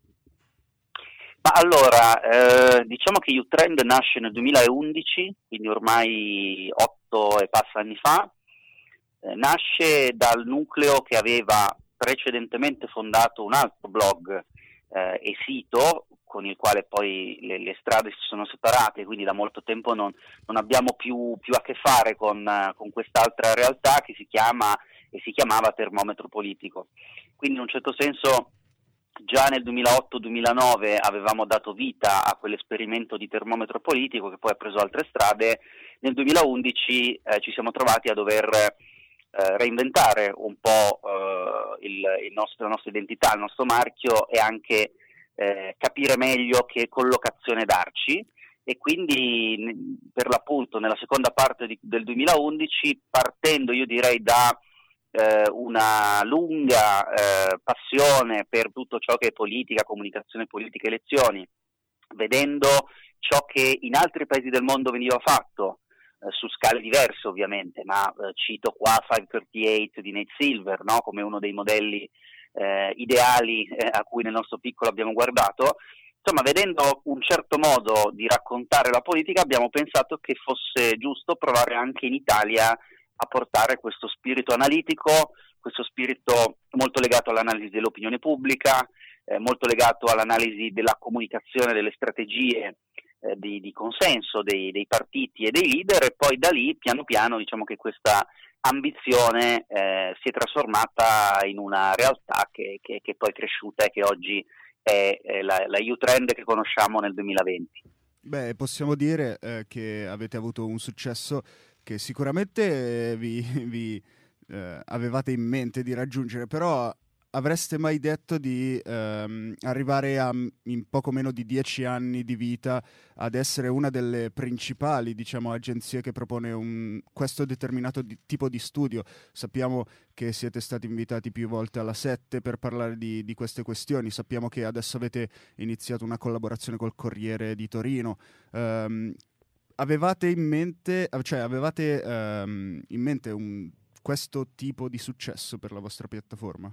Ma allora, eh, diciamo che Utrend nasce nel duemilaundici, quindi ormai otto e passa anni fa. Eh, nasce dal nucleo che aveva precedentemente fondato un altro blog eh, e sito, con il quale poi le, le strade si sono separate, quindi da molto tempo non, non abbiamo più, più a che fare con, uh, con quest'altra realtà che si chiama e si chiamava Termometro Politico. Quindi in un certo senso già nel duemilaotto duemilanove avevamo dato vita a quell'esperimento di termometro politico che poi ha preso altre strade. Nel duemilaundici eh, ci siamo trovati a dover eh, reinventare un po' eh, il, il nostro, la nostra identità, il nostro marchio e anche eh, capire meglio che collocazione darci. E quindi per l'appunto nella seconda parte di, del duemilaundici, partendo io direi da eh, una lunga eh, passione per tutto ciò che è politica, comunicazione politica, elezioni, vedendo ciò che in altri paesi del mondo veniva fatto, eh, su scale diverse ovviamente, ma eh, cito qua cinquecentotrentotto di Nate Silver, no? Come uno dei modelli eh, ideali eh, a cui nel nostro piccolo abbiamo guardato. Insomma, vedendo un certo modo di raccontare la politica, abbiamo pensato che fosse giusto provare anche in Italia a portare questo spirito analitico, questo spirito molto legato all'analisi dell'opinione pubblica, eh, molto legato all'analisi della comunicazione, delle strategie eh, di, di consenso dei, dei partiti e dei leader, e poi da lì, piano piano, diciamo che questa ambizione eh, si è trasformata in una realtà che, che, che poi è cresciuta e che oggi è, è la, la Utrend che conosciamo nel duemilaventi. Beh, possiamo dire eh, che avete avuto un successo che sicuramente eh, vi, vi eh, avevate in mente di raggiungere, però avreste mai detto di ehm, arrivare a in poco meno di dieci anni di vita ad essere una delle principali, diciamo, agenzie che propone un, questo determinato di, tipo di studio? Sappiamo che siete stati invitati più volte alla Sette per parlare di, di queste questioni, sappiamo che adesso avete iniziato una collaborazione col Corriere di Torino. Um, avevate in mente, cioè avevate um, in mente un, questo tipo di successo per la vostra piattaforma?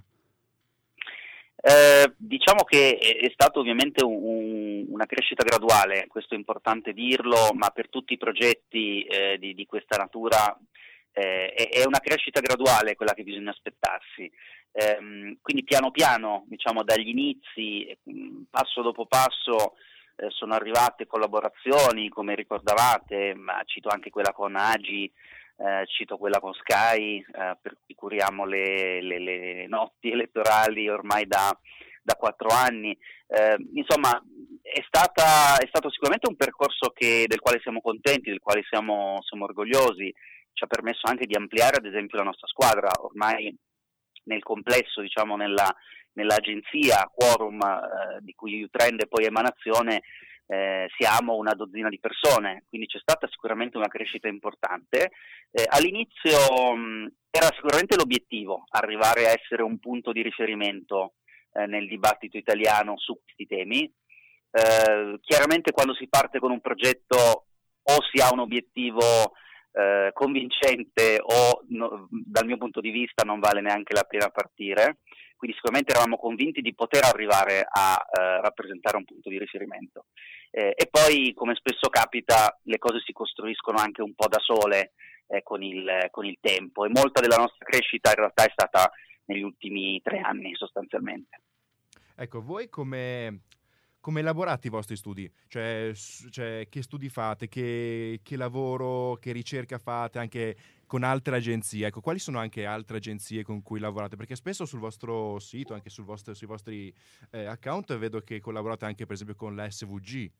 Eh, diciamo che è, è stato ovviamente un, un, una crescita graduale, questo è importante dirlo, ma per tutti i progetti eh, di, di questa natura eh, è, è una crescita graduale quella che bisogna aspettarsi. Eh, quindi piano piano, diciamo dagli inizi, passo dopo passo, eh, sono arrivate collaborazioni, come ricordavate, ma cito anche quella con Agi. Eh, cito quella con Sky, eh, per cui curiamo le, le, le notti elettorali ormai da, da quattro anni. Eh, insomma, è, stata, è stato sicuramente un percorso che, del quale siamo contenti, del quale siamo, siamo orgogliosi. Ci ha permesso anche di ampliare, ad esempio, la nostra squadra. Ormai nel complesso, diciamo, nella, nell'agenzia Quorum, eh, di cui Utrend è poi emanazione, Eh, siamo una dozzina di persone, quindi c'è stata sicuramente una crescita importante. Eh, all'inizio mh, era sicuramente l'obiettivo arrivare a essere un punto di riferimento eh, nel dibattito italiano su questi temi. Eh, chiaramente quando si parte con un progetto o si ha un obiettivo eh, convincente o no, dal mio punto di vista non vale neanche la pena partire. Quindi sicuramente eravamo convinti di poter arrivare a eh, rappresentare un punto di riferimento. Eh, e poi, come spesso capita, le cose si costruiscono anche un po' da sole eh, con, il, con il tempo, e molta della nostra crescita in realtà è stata negli ultimi tre anni sostanzialmente. Ecco, voi come, come elaborate i vostri studi? Cioè, cioè che studi fate, che, che lavoro, che ricerca fate anche con altre agenzie? Ecco, quali sono anche altre agenzie con cui lavorate? Perché spesso sul vostro sito, anche sul vostro, sui vostri eh, account, vedo che collaborate anche per esempio con la S V G.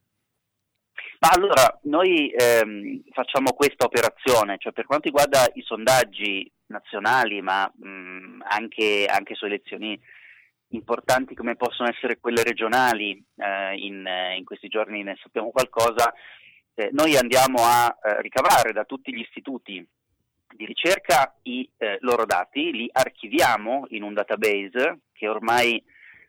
Ma allora, noi ehm, facciamo questa operazione, cioè per quanto riguarda i sondaggi nazionali, ma mh, anche, anche su elezioni importanti come possono essere quelle regionali, eh, in, in questi giorni ne sappiamo qualcosa, eh, noi andiamo a eh, ricavare da tutti gli istituti di ricerca i eh, loro dati, li archiviamo in un database che ormai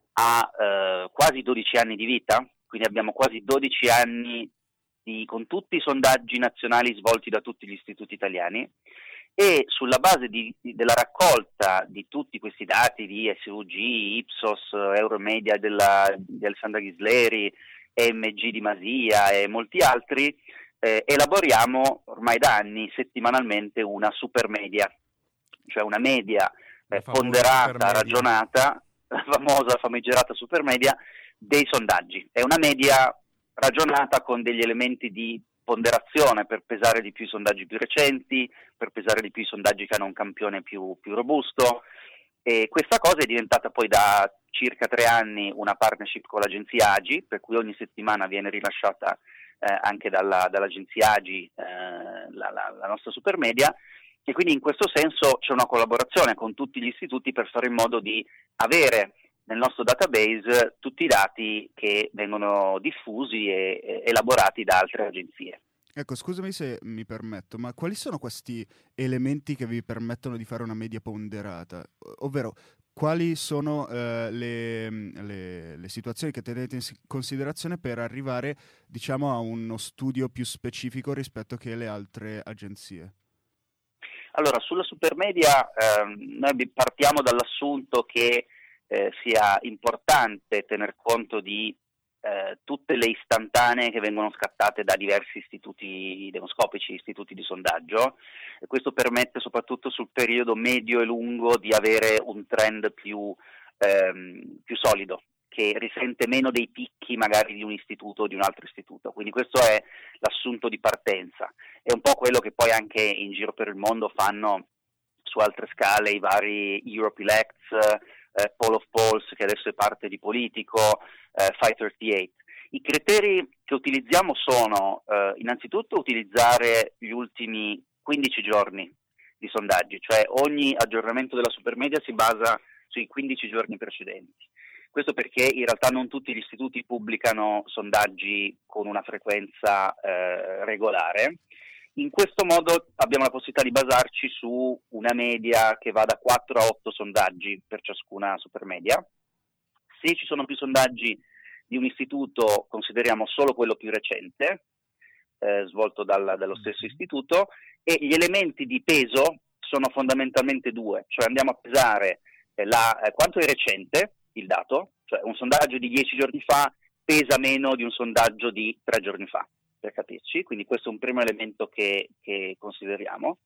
ha eh, quasi dodici anni di vita, quindi abbiamo quasi dodici anni di, con tutti i sondaggi nazionali svolti da tutti gli istituti italiani, e sulla base di, di, della raccolta di tutti questi dati di S V G, Ipsos, Euromedia della, di Alessandra Ghisleri, E M G di Masia e molti altri, eh, elaboriamo ormai da anni settimanalmente una supermedia, cioè una media eh, ponderata, ragionata, la famosa famigerata supermedia dei sondaggi. È una media ragionata con degli elementi di ponderazione per pesare di più i sondaggi più recenti, per pesare di più i sondaggi che hanno un campione più, più robusto, e questa cosa è diventata poi da circa tre anni una partnership con l'agenzia Agi, per cui ogni settimana viene rilasciata eh, anche dalla, dall'agenzia Agi eh, la, la, la nostra supermedia, e quindi in questo senso c'è una collaborazione con tutti gli istituti per fare in modo di avere nel nostro database tutti i dati che vengono diffusi e, e elaborati da altre agenzie. Ecco, scusami se mi permetto, ma quali sono questi elementi che vi permettono di fare una media ponderata? Ovvero, quali sono eh, le, le, le situazioni che tenete in considerazione per arrivare, diciamo, a uno studio più specifico rispetto che le altre agenzie? Allora, sulla supermedia eh, noi partiamo dall'assunto che eh, sia importante tener conto di eh, tutte le istantanee che vengono scattate da diversi istituti demoscopici, istituti di sondaggio, e questo permette soprattutto sul periodo medio e lungo di avere un trend più, ehm, più solido, che risente meno dei picchi magari di un istituto o di un altro istituto. Quindi questo è l'assunto di partenza. È un po' quello che poi anche in giro per il mondo fanno su altre scale i vari Europe Elects, eh, Poll of Polls, che adesso è parte di Politico, eh, five thirty-eight. I criteri che utilizziamo sono eh, innanzitutto utilizzare gli ultimi quindici giorni di sondaggi, cioè ogni aggiornamento della supermedia si basa sui quindici giorni precedenti. Questo perché in realtà non tutti gli istituti pubblicano sondaggi con una frequenza eh, regolare. In questo modo abbiamo la possibilità di basarci su una media che va da quattro a otto sondaggi per ciascuna supermedia. Se ci sono più sondaggi di un istituto, consideriamo solo quello più recente, eh, svolto dal, dallo stesso istituto, e gli elementi di peso sono fondamentalmente due, cioè andiamo a pesare eh, la, eh, quanto è recente il dato, cioè un sondaggio di dieci giorni fa pesa meno di un sondaggio di tre giorni fa, per capirci, quindi questo è un primo elemento che, che consideriamo.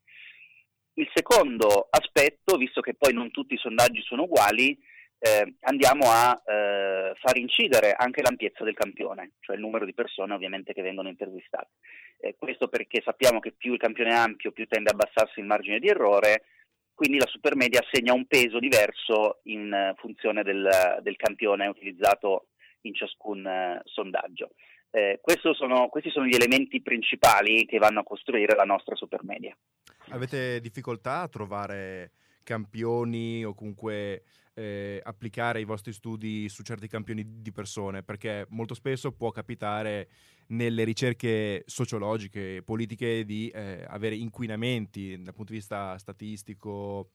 Il secondo aspetto, visto che poi non tutti i sondaggi sono uguali, eh, andiamo a eh, far incidere anche l'ampiezza del campione, cioè il numero di persone ovviamente che vengono intervistate. Eh, questo perché sappiamo che più il campione è ampio, più tende a abbassarsi il margine di errore, quindi la supermedia assegna un peso diverso in funzione del, del campione utilizzato in ciascun uh, sondaggio. Eh, sono, questi sono gli elementi principali che vanno a costruire la nostra supermedia. Avete difficoltà a trovare campioni o comunque eh, applicare i vostri studi su certi campioni di persone? Perché molto spesso può capitare nelle ricerche sociologiche e politiche di eh, avere inquinamenti dal punto di vista statistico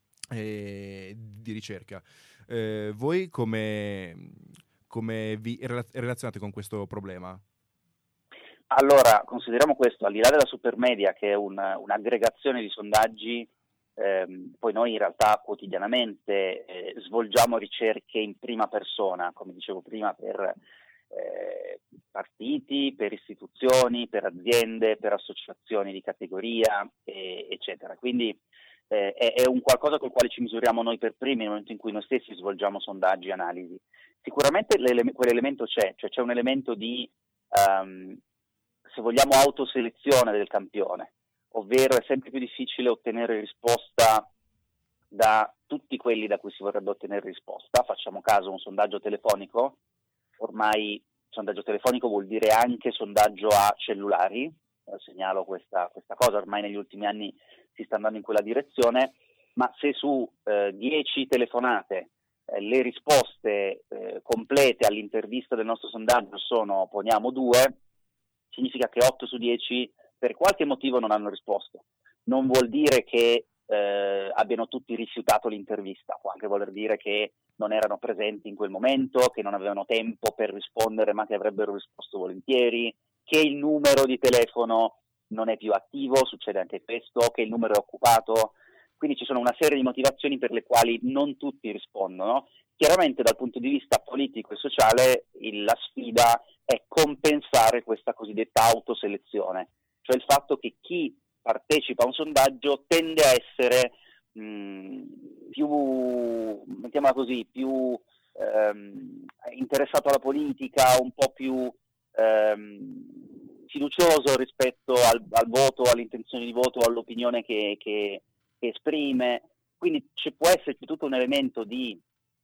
e di ricerca. Eh, voi come, come vi relazionate con questo problema? Allora, consideriamo questo, al di là della supermedia, che è un, un'aggregazione di sondaggi, ehm, poi noi in realtà quotidianamente eh, svolgiamo ricerche in prima persona, come dicevo prima, per eh, partiti, per istituzioni, per aziende, per associazioni di categoria, e, eccetera. Quindi eh, è, è un qualcosa col quale ci misuriamo noi per primi nel momento in cui noi stessi svolgiamo sondaggi e analisi. Sicuramente quell'elemento c'è, cioè c'è un elemento di um, se vogliamo autoselezione del campione, ovvero è sempre più difficile ottenere risposta da tutti quelli da cui si vorrebbe ottenere risposta. Facciamo caso a un sondaggio telefonico, ormai sondaggio telefonico vuol dire anche sondaggio a cellulari, eh, segnalo questa, questa cosa, ormai negli ultimi anni si sta andando in quella direzione, ma se su eh, dieci telefonate eh, le risposte eh, complete all'intervista del nostro sondaggio sono, poniamo, due, significa che otto su dieci per qualche motivo non hanno risposto. non vuol dire che eh, abbiano tutti rifiutato l'intervista, può anche voler dire che non erano presenti in quel momento, che non avevano tempo per rispondere ma che avrebbero risposto volentieri, che il numero di telefono non è più attivo, succede anche questo, che il numero è occupato. Quindi ci sono una serie di motivazioni per le quali non tutti rispondono. Chiaramente dal punto di vista politico e sociale il, la sfida è compensare questa cosiddetta autoselezione, cioè il fatto che chi partecipa a un sondaggio tende a essere mh, più, mettiamola così, più ehm, interessato alla politica, un po' più ehm, fiducioso rispetto al, al voto, all'intenzione di voto, all'opinione che, che, che esprime. Quindi ci può esserci tutto un elemento di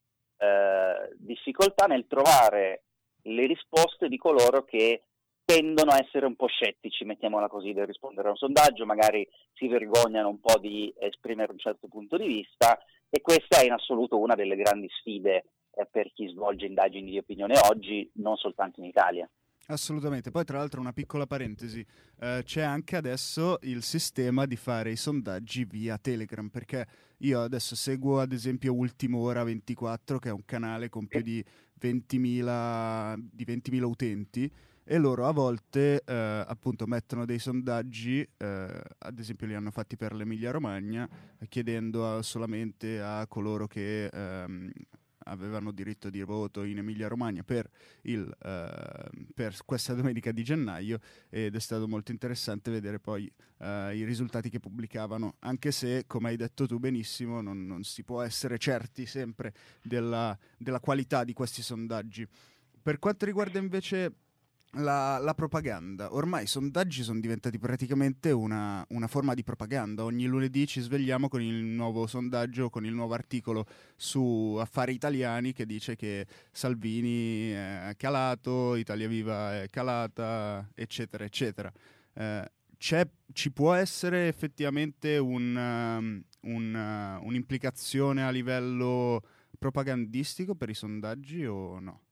eh, difficoltà nel trovare le risposte di coloro che tendono a essere un po' scettici, mettiamola così, del rispondere a un sondaggio, magari si vergognano un po' di esprimere un certo punto di vista, e questa è in assoluto una delle grandi sfide eh, per chi svolge indagini di opinione oggi, non soltanto in Italia. Assolutamente. Poi tra l'altro una piccola parentesi, eh, c'è anche adesso il sistema di fare i sondaggi via Telegram, perché io adesso seguo ad esempio Ultimo Ora ventiquattro, che è un canale con più di ventimila, di ventimila utenti, e loro a volte eh, appunto mettono dei sondaggi, eh, ad esempio li hanno fatti per l'Emilia Romagna, chiedendo a, solamente a coloro che ehm, avevano diritto di voto in Emilia Romagna per, il, eh, per questa domenica di gennaio, ed è stato molto interessante vedere poi eh, i risultati che pubblicavano, anche se, come hai detto tu benissimo, non, non si può essere certi sempre della, della qualità di questi sondaggi. Per quanto riguarda invece La, la propaganda, ormai i sondaggi sono diventati praticamente una, una forma di propaganda. Ogni lunedì ci svegliamo con il nuovo sondaggio, con il nuovo articolo su Affari Italiani che dice che Salvini è calato, Italia Viva è calata, eccetera, eccetera. Eh, c'è, ci può essere effettivamente un, um, un, uh, un'implicazione a livello propagandistico per i sondaggi o no?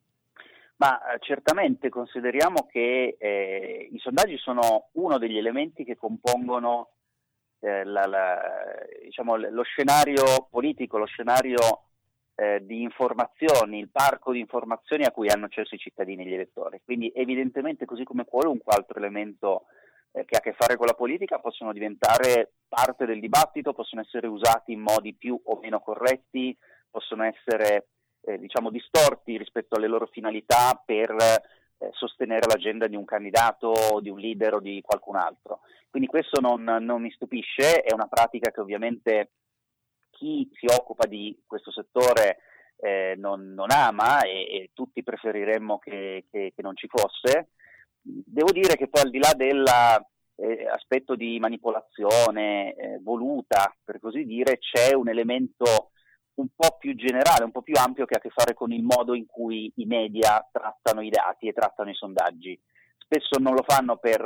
Ma eh, certamente consideriamo che eh, i sondaggi sono uno degli elementi che compongono eh, la, la, diciamo, lo scenario politico, lo scenario eh, di informazioni, il parco di informazioni a cui hanno accesso i cittadini e gli elettori. Quindi evidentemente, così come qualunque altro elemento eh, che ha a che fare con la politica, possono diventare parte del dibattito, possono essere usati in modi più o meno corretti, possono essere Eh, diciamo distorti rispetto alle loro finalità per eh, sostenere l'agenda di un candidato, di un leader o di qualcun altro. Quindi questo non, non mi stupisce, è una pratica che ovviamente chi si occupa di questo settore eh, non, non ama e, e tutti preferiremmo che, che, che non ci fosse. Devo dire che poi al di là dell'aspetto eh, di manipolazione eh, voluta, per così dire, c'è un elemento un po' più generale, un po' più ampio, che ha a che fare con il modo in cui i media trattano i dati e trattano i sondaggi. Spesso non lo fanno per,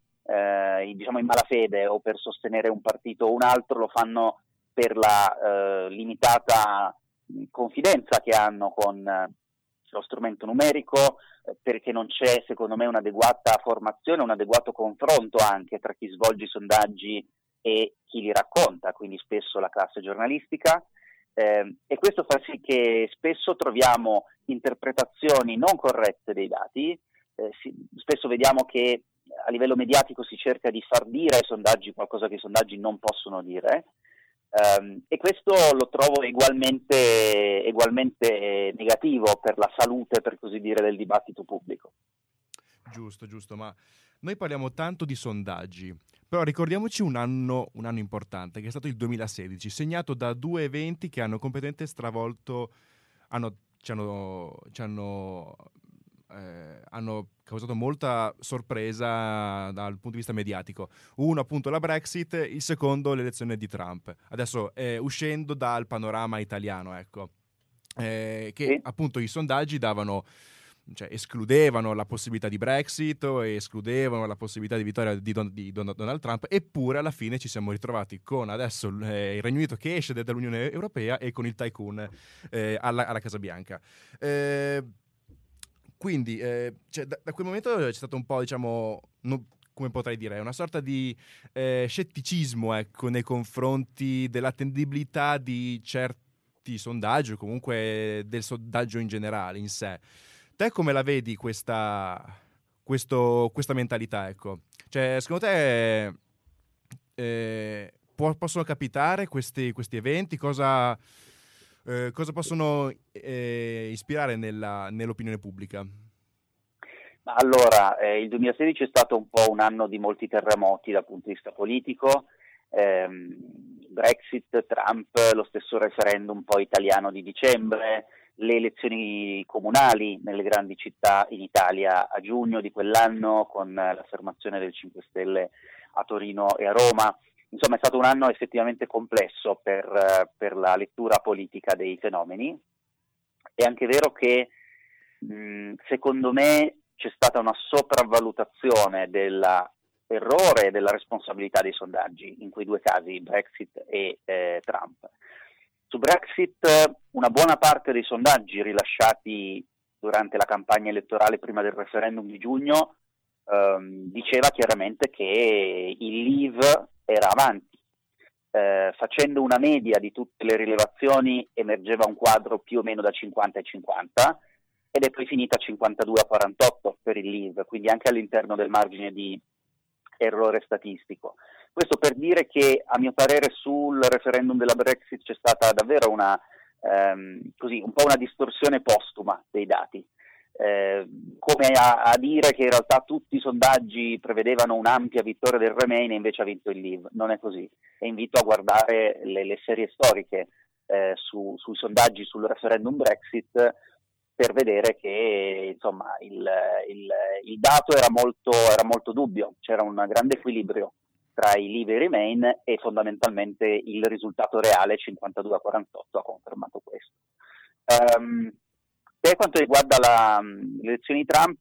eh, diciamo, in malafede o per sostenere un partito o un altro, lo fanno per la eh, limitata confidenza che hanno con eh, lo strumento numerico, eh, perché non c'è, secondo me, un'adeguata formazione, un adeguato confronto anche tra chi svolge i sondaggi e chi li racconta, quindi spesso la classe giornalistica. Eh, e questo fa sì che spesso troviamo interpretazioni non corrette dei dati, eh, si, spesso vediamo che a livello mediatico si cerca di far dire ai sondaggi qualcosa che i sondaggi non possono dire, eh, e questo lo trovo ugualmente, ugualmente negativo per la salute, per così dire, del dibattito pubblico. Giusto, giusto, ma noi parliamo tanto di sondaggi, però ricordiamoci un anno, un anno importante, che è stato il duemilasedici, segnato da due eventi che hanno completamente stravolto, hanno, ci hanno, ci hanno, eh, hanno causato molta sorpresa dal punto di vista mediatico. Uno appunto la Brexit, il secondo l'elezione di Trump. Adesso eh, uscendo dal panorama italiano, ecco, eh, che Sì. appunto i sondaggi davano... cioè escludevano la possibilità di Brexit e escludevano la possibilità di vittoria di, Don, di Don, Donald Trump, eppure alla fine ci siamo ritrovati con adesso eh, il Regno Unito che esce dall'Unione Europea e con il tycoon eh, alla, alla Casa Bianca. Eh, quindi eh, cioè, da, da quel momento c'è stato un po', diciamo, no, come potrei dire, una sorta di eh, scetticismo, ecco, nei confronti dell'attendibilità di certi sondaggi o comunque del sondaggio in generale, in sé. Te come la vedi questa, questo, questa mentalità, ecco? Cioè, secondo te eh, può, possono capitare questi, questi eventi? Cosa, eh, cosa possono eh, ispirare nella, nell'opinione pubblica? Allora, eh, il duemilasedici è stato un po' un anno di molti terremoti dal punto di vista politico, ehm, Brexit, Trump, lo stesso referendum poi italiano di dicembre, le elezioni comunali nelle grandi città in Italia a giugno di quell'anno con l'affermazione del cinque Stelle a Torino e a Roma. Insomma, è stato un anno effettivamente complesso per, per la lettura politica dei fenomeni. È anche vero che mh, secondo me c'è stata una sopravvalutazione dell'errore e della responsabilità dei sondaggi in quei due casi, Brexit e eh, Trump. Su Brexit una buona parte dei sondaggi rilasciati durante la campagna elettorale prima del referendum di giugno ehm, diceva chiaramente che il Leave era avanti. Eh, facendo una media di tutte le rilevazioni emergeva un quadro più o meno da cinquanta e cinquanta ed è poi finita cinquantadue a quarantotto per il Leave, quindi anche all'interno del margine di errore statistico. Questo per dire che a mio parere sul referendum della Brexit c'è stata davvero una ehm, così un po' una distorsione postuma dei dati, eh, come a, a dire che in realtà tutti i sondaggi prevedevano un'ampia vittoria del Remain e invece ha vinto il Leave. Non è così. E invito a guardare le, le serie storiche eh, su, sui sondaggi sul referendum Brexit per vedere che insomma il, il, il dato era molto, era molto dubbio, c'era un grande equilibrio tra i Leave e i Remain e fondamentalmente il risultato reale cinquantadue a quarantotto ha confermato questo. Um, per quanto riguarda la, le elezioni di Trump,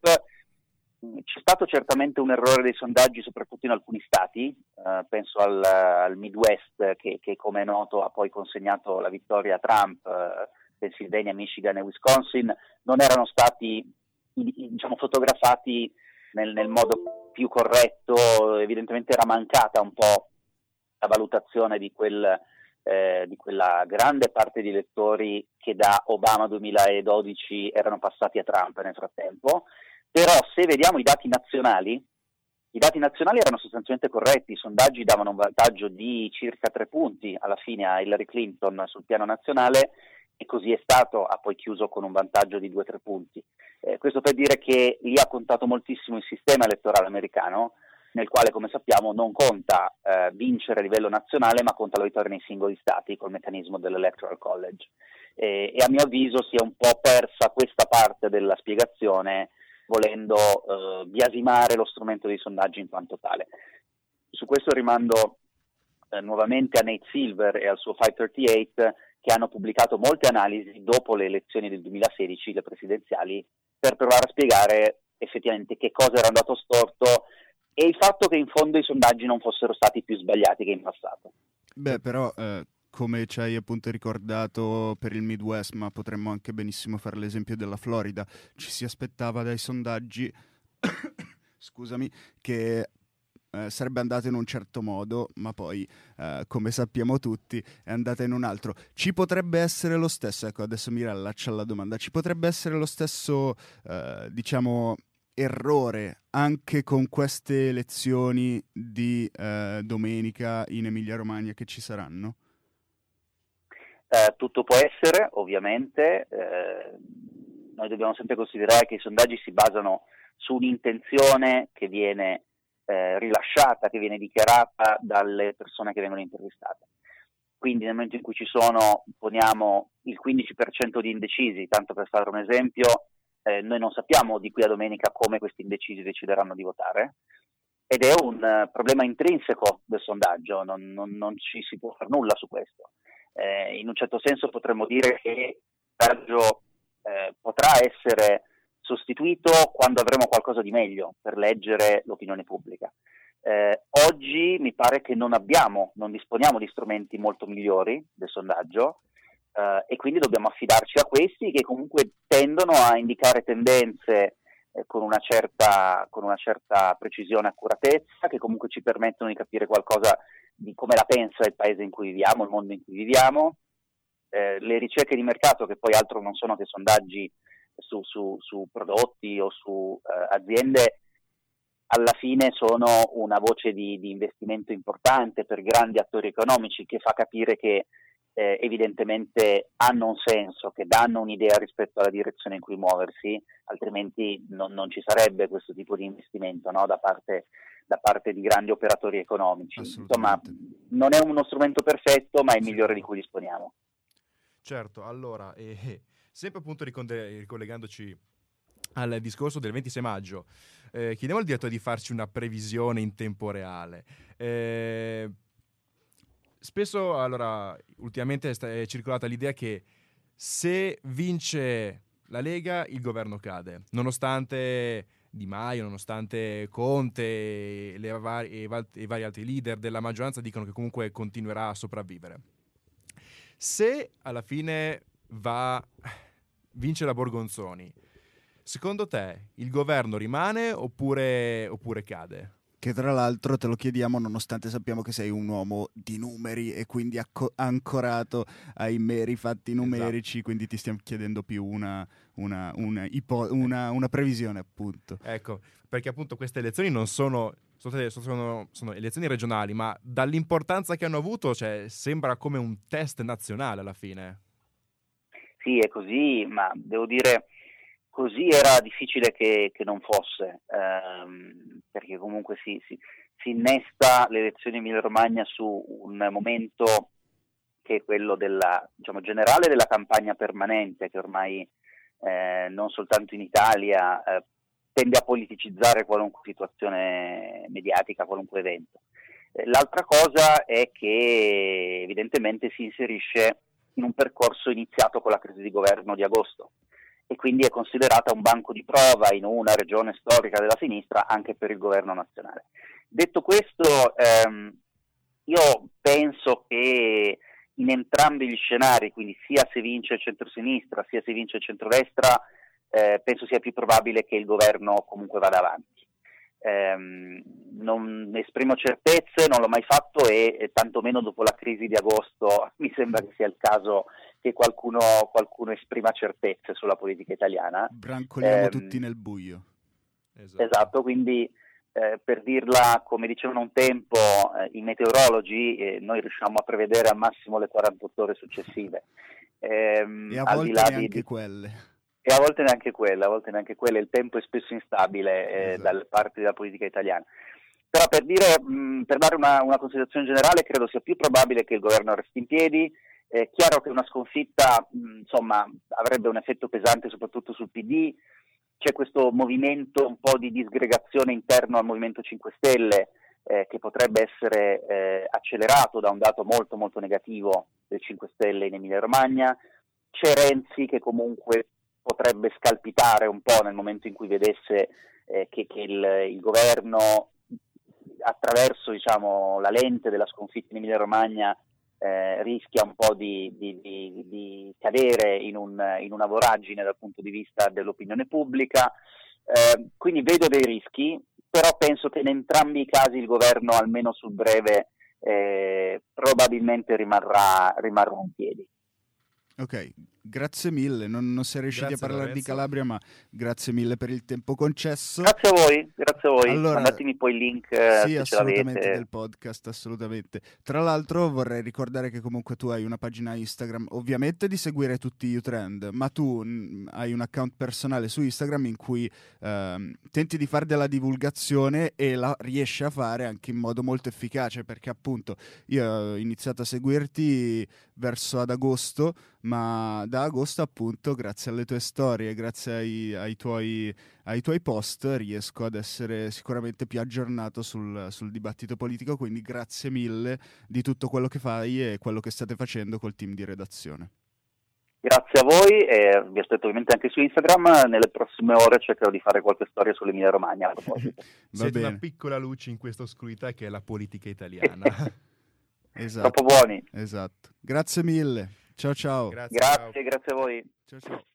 c'è stato certamente un errore dei sondaggi soprattutto in alcuni stati, uh, penso al, al Midwest che, che come è noto ha poi consegnato la vittoria a Trump, uh, Pennsylvania, Michigan e Wisconsin, non erano stati diciamo fotografati nel, nel modo più corretto. Evidentemente era mancata un po' la valutazione di, quel, eh, di quella grande parte di elettori che da Obama duemiladodici erano passati a Trump nel frattempo, però se vediamo i dati nazionali, i dati nazionali erano sostanzialmente corretti, i sondaggi davano un vantaggio di circa tre punti alla fine a Hillary Clinton sul piano nazionale, e così è stato, ha poi chiuso con un vantaggio di due tre punti. Eh, questo per dire che lì ha contato moltissimo il sistema elettorale americano, nel quale, come sappiamo, non conta eh, vincere a livello nazionale, ma conta la vittoria nei singoli stati col meccanismo dell'Electoral College. Eh, e a mio avviso si è un po' persa questa parte della spiegazione, volendo eh, biasimare lo strumento dei sondaggi in quanto tale. Su questo rimando eh, nuovamente a Nate Silver e al suo cinquecentotrentotto, che hanno pubblicato molte analisi dopo le elezioni del duemilasedici, le presidenziali, per provare a spiegare effettivamente che cosa era andato storto e il fatto che in fondo i sondaggi non fossero stati più sbagliati che in passato. Beh, però, eh, come ci hai appunto ricordato per il Midwest, ma potremmo anche benissimo fare l'esempio della Florida, ci si aspettava dai sondaggi, scusami, che Eh, sarebbe andata in un certo modo, ma poi, eh, come sappiamo tutti, è andata in un altro. Ci potrebbe essere lo stesso, ecco, adesso mi rallaccio alla domanda, ci potrebbe essere lo stesso, eh, diciamo, errore anche con queste elezioni di eh, domenica in Emilia-Romagna che ci saranno? Eh, tutto può essere, ovviamente. Eh, noi dobbiamo sempre considerare che i sondaggi si basano su un'intenzione che viene Eh, rilasciata, che viene dichiarata dalle persone che vengono intervistate. Quindi nel momento in cui ci sono, poniamo, il quindici per cento di indecisi, tanto per fare un esempio, eh, noi non sappiamo di qui a domenica come questi indecisi decideranno di votare, ed è un uh, problema intrinseco del sondaggio, non, non, non ci si può fare nulla su questo. Eh, in un certo senso potremmo dire che il sondaggio eh, potrà essere sostituito quando avremo qualcosa di meglio per leggere l'opinione pubblica. Eh, oggi mi pare che non abbiamo, non disponiamo di strumenti molto migliori del sondaggio eh, e quindi dobbiamo affidarci a questi che comunque tendono a indicare tendenze eh, con una certa, con una certa precisione e accuratezza, che comunque ci permettono di capire qualcosa di come la pensa il paese in cui viviamo, il mondo in cui viviamo. Eh, le ricerche di mercato, che poi altro non sono che sondaggi su, su, su prodotti o su eh, aziende, alla fine sono una voce di, di investimento importante per grandi attori economici, che fa capire che eh, evidentemente hanno un senso, che danno un'idea rispetto alla direzione in cui muoversi, altrimenti non, non ci sarebbe questo tipo di investimento, no? da parte, da parte di grandi operatori economici. Insomma, non è uno strumento perfetto, ma è il migliore di cui disponiamo. Certo, allora, eh, sempre appunto riconde- ricollegandoci al discorso del ventisei maggio, eh, chiediamo al direttore di farci una previsione in tempo reale. Eh, spesso, allora, ultimamente è, sta- è circolata l'idea che se vince la Lega il governo cade, nonostante Di Maio, nonostante Conte e, le vari, e, val- e vari altri leader della maggioranza dicono che comunque continuerà a sopravvivere. Se alla fine va vince la Borgonzoni, secondo te il governo rimane oppure, oppure cade? Che tra l'altro te lo chiediamo nonostante sappiamo che sei un uomo di numeri e quindi acco- ancorato ai meri fatti numerici, esatto. Quindi ti stiamo chiedendo più una, una, una, ipo- una, una previsione, appunto. Ecco, perché appunto queste elezioni non sono, sono, sono, sono elezioni regionali, ma dall'importanza che hanno avuto, cioè, sembra come un test nazionale alla fine. Sì, è così, ma devo dire... Così era difficile che, che non fosse, ehm, perché comunque si, si, si innesta le elezioni in Emilia-Romagna su un momento che è quello della, diciamo, generale della campagna permanente, che ormai eh, non soltanto in Italia eh, tende a politicizzare qualunque situazione mediatica, qualunque evento. Eh, l'altra cosa è che evidentemente si inserisce in un percorso iniziato con la crisi di governo di agosto, e quindi è considerata un banco di prova in una regione storica della sinistra anche per il governo nazionale. Detto questo, ehm, io penso che in entrambi gli scenari, quindi sia se vince il centrosinistra sia se vince il centrodestra, eh, penso sia più probabile che il governo comunque vada avanti. Eh, non esprimo certezze, non l'ho mai fatto e, e tantomeno dopo la crisi di agosto mi sembra che sia il caso che qualcuno, qualcuno esprima certezze sulla politica italiana. Brancoliamo eh, tutti nel buio. Esatto, esatto quindi eh, per dirla come dicevano un tempo eh, i meteorologi, eh, noi riusciamo a prevedere al massimo le quarantotto ore successive. Eh, e a volte neanche di... quelle. E a volte neanche quella, a volte neanche quella, il tempo è spesso instabile eh, esatto. dalle parti della politica italiana. Però per dire, mh, per dare una, una considerazione generale, credo sia più probabile che il governo resti in piedi. È chiaro che una sconfitta, mh, insomma, avrebbe un effetto pesante soprattutto sul P D. C'è questo movimento un po' di disgregazione interno al Movimento cinque Stelle eh, che potrebbe essere eh, accelerato da un dato molto molto negativo del cinque Stelle in Emilia-Romagna. C'è Renzi che comunque potrebbe scalpitare un po' nel momento in cui vedesse eh, che, che il, il governo, attraverso diciamo, la lente della sconfitta in Emilia-Romagna, eh, rischia un po' di, di, di, di cadere in, un, in una voragine dal punto di vista dell'opinione pubblica. Eh, quindi vedo dei rischi, però penso che in entrambi i casi il governo, almeno sul breve, eh, probabilmente rimarrà, rimarrà in piedi. Ok, grazie mille, non, non sei riusciti Grazie, a parlare Lorenzo. di Calabria, ma grazie mille per il tempo concesso. Grazie a voi, grazie a voi. Allora, mandatemi poi il link eh, sì, se assolutamente, ce l'avete. del podcast, assolutamente. Tra l'altro vorrei ricordare che comunque tu hai una pagina Instagram, ovviamente di seguire tutti gli U-Trend, ma tu mh, hai un account personale su Instagram in cui ehm, tenti di fare della divulgazione e la riesci a fare anche in modo molto efficace, perché appunto io ho iniziato a seguirti verso ad agosto, ma da agosto appunto grazie alle tue storie, grazie ai, ai, tuoi, ai tuoi post riesco ad essere sicuramente più aggiornato sul, sul dibattito politico, quindi grazie mille di tutto quello che fai e quello che state facendo col team di redazione. Grazie a voi e vi aspetto ovviamente anche su Instagram. Nelle prossime ore cercherò di fare qualche storia sull'Emilia Romagna. Siete bene. Una piccola luce in questa oscurità che è la politica italiana. Esatto. Troppo buoni. Esatto. Grazie mille. Ciao ciao. Grazie, Grazie, ciao. grazie a voi. Ciao ciao.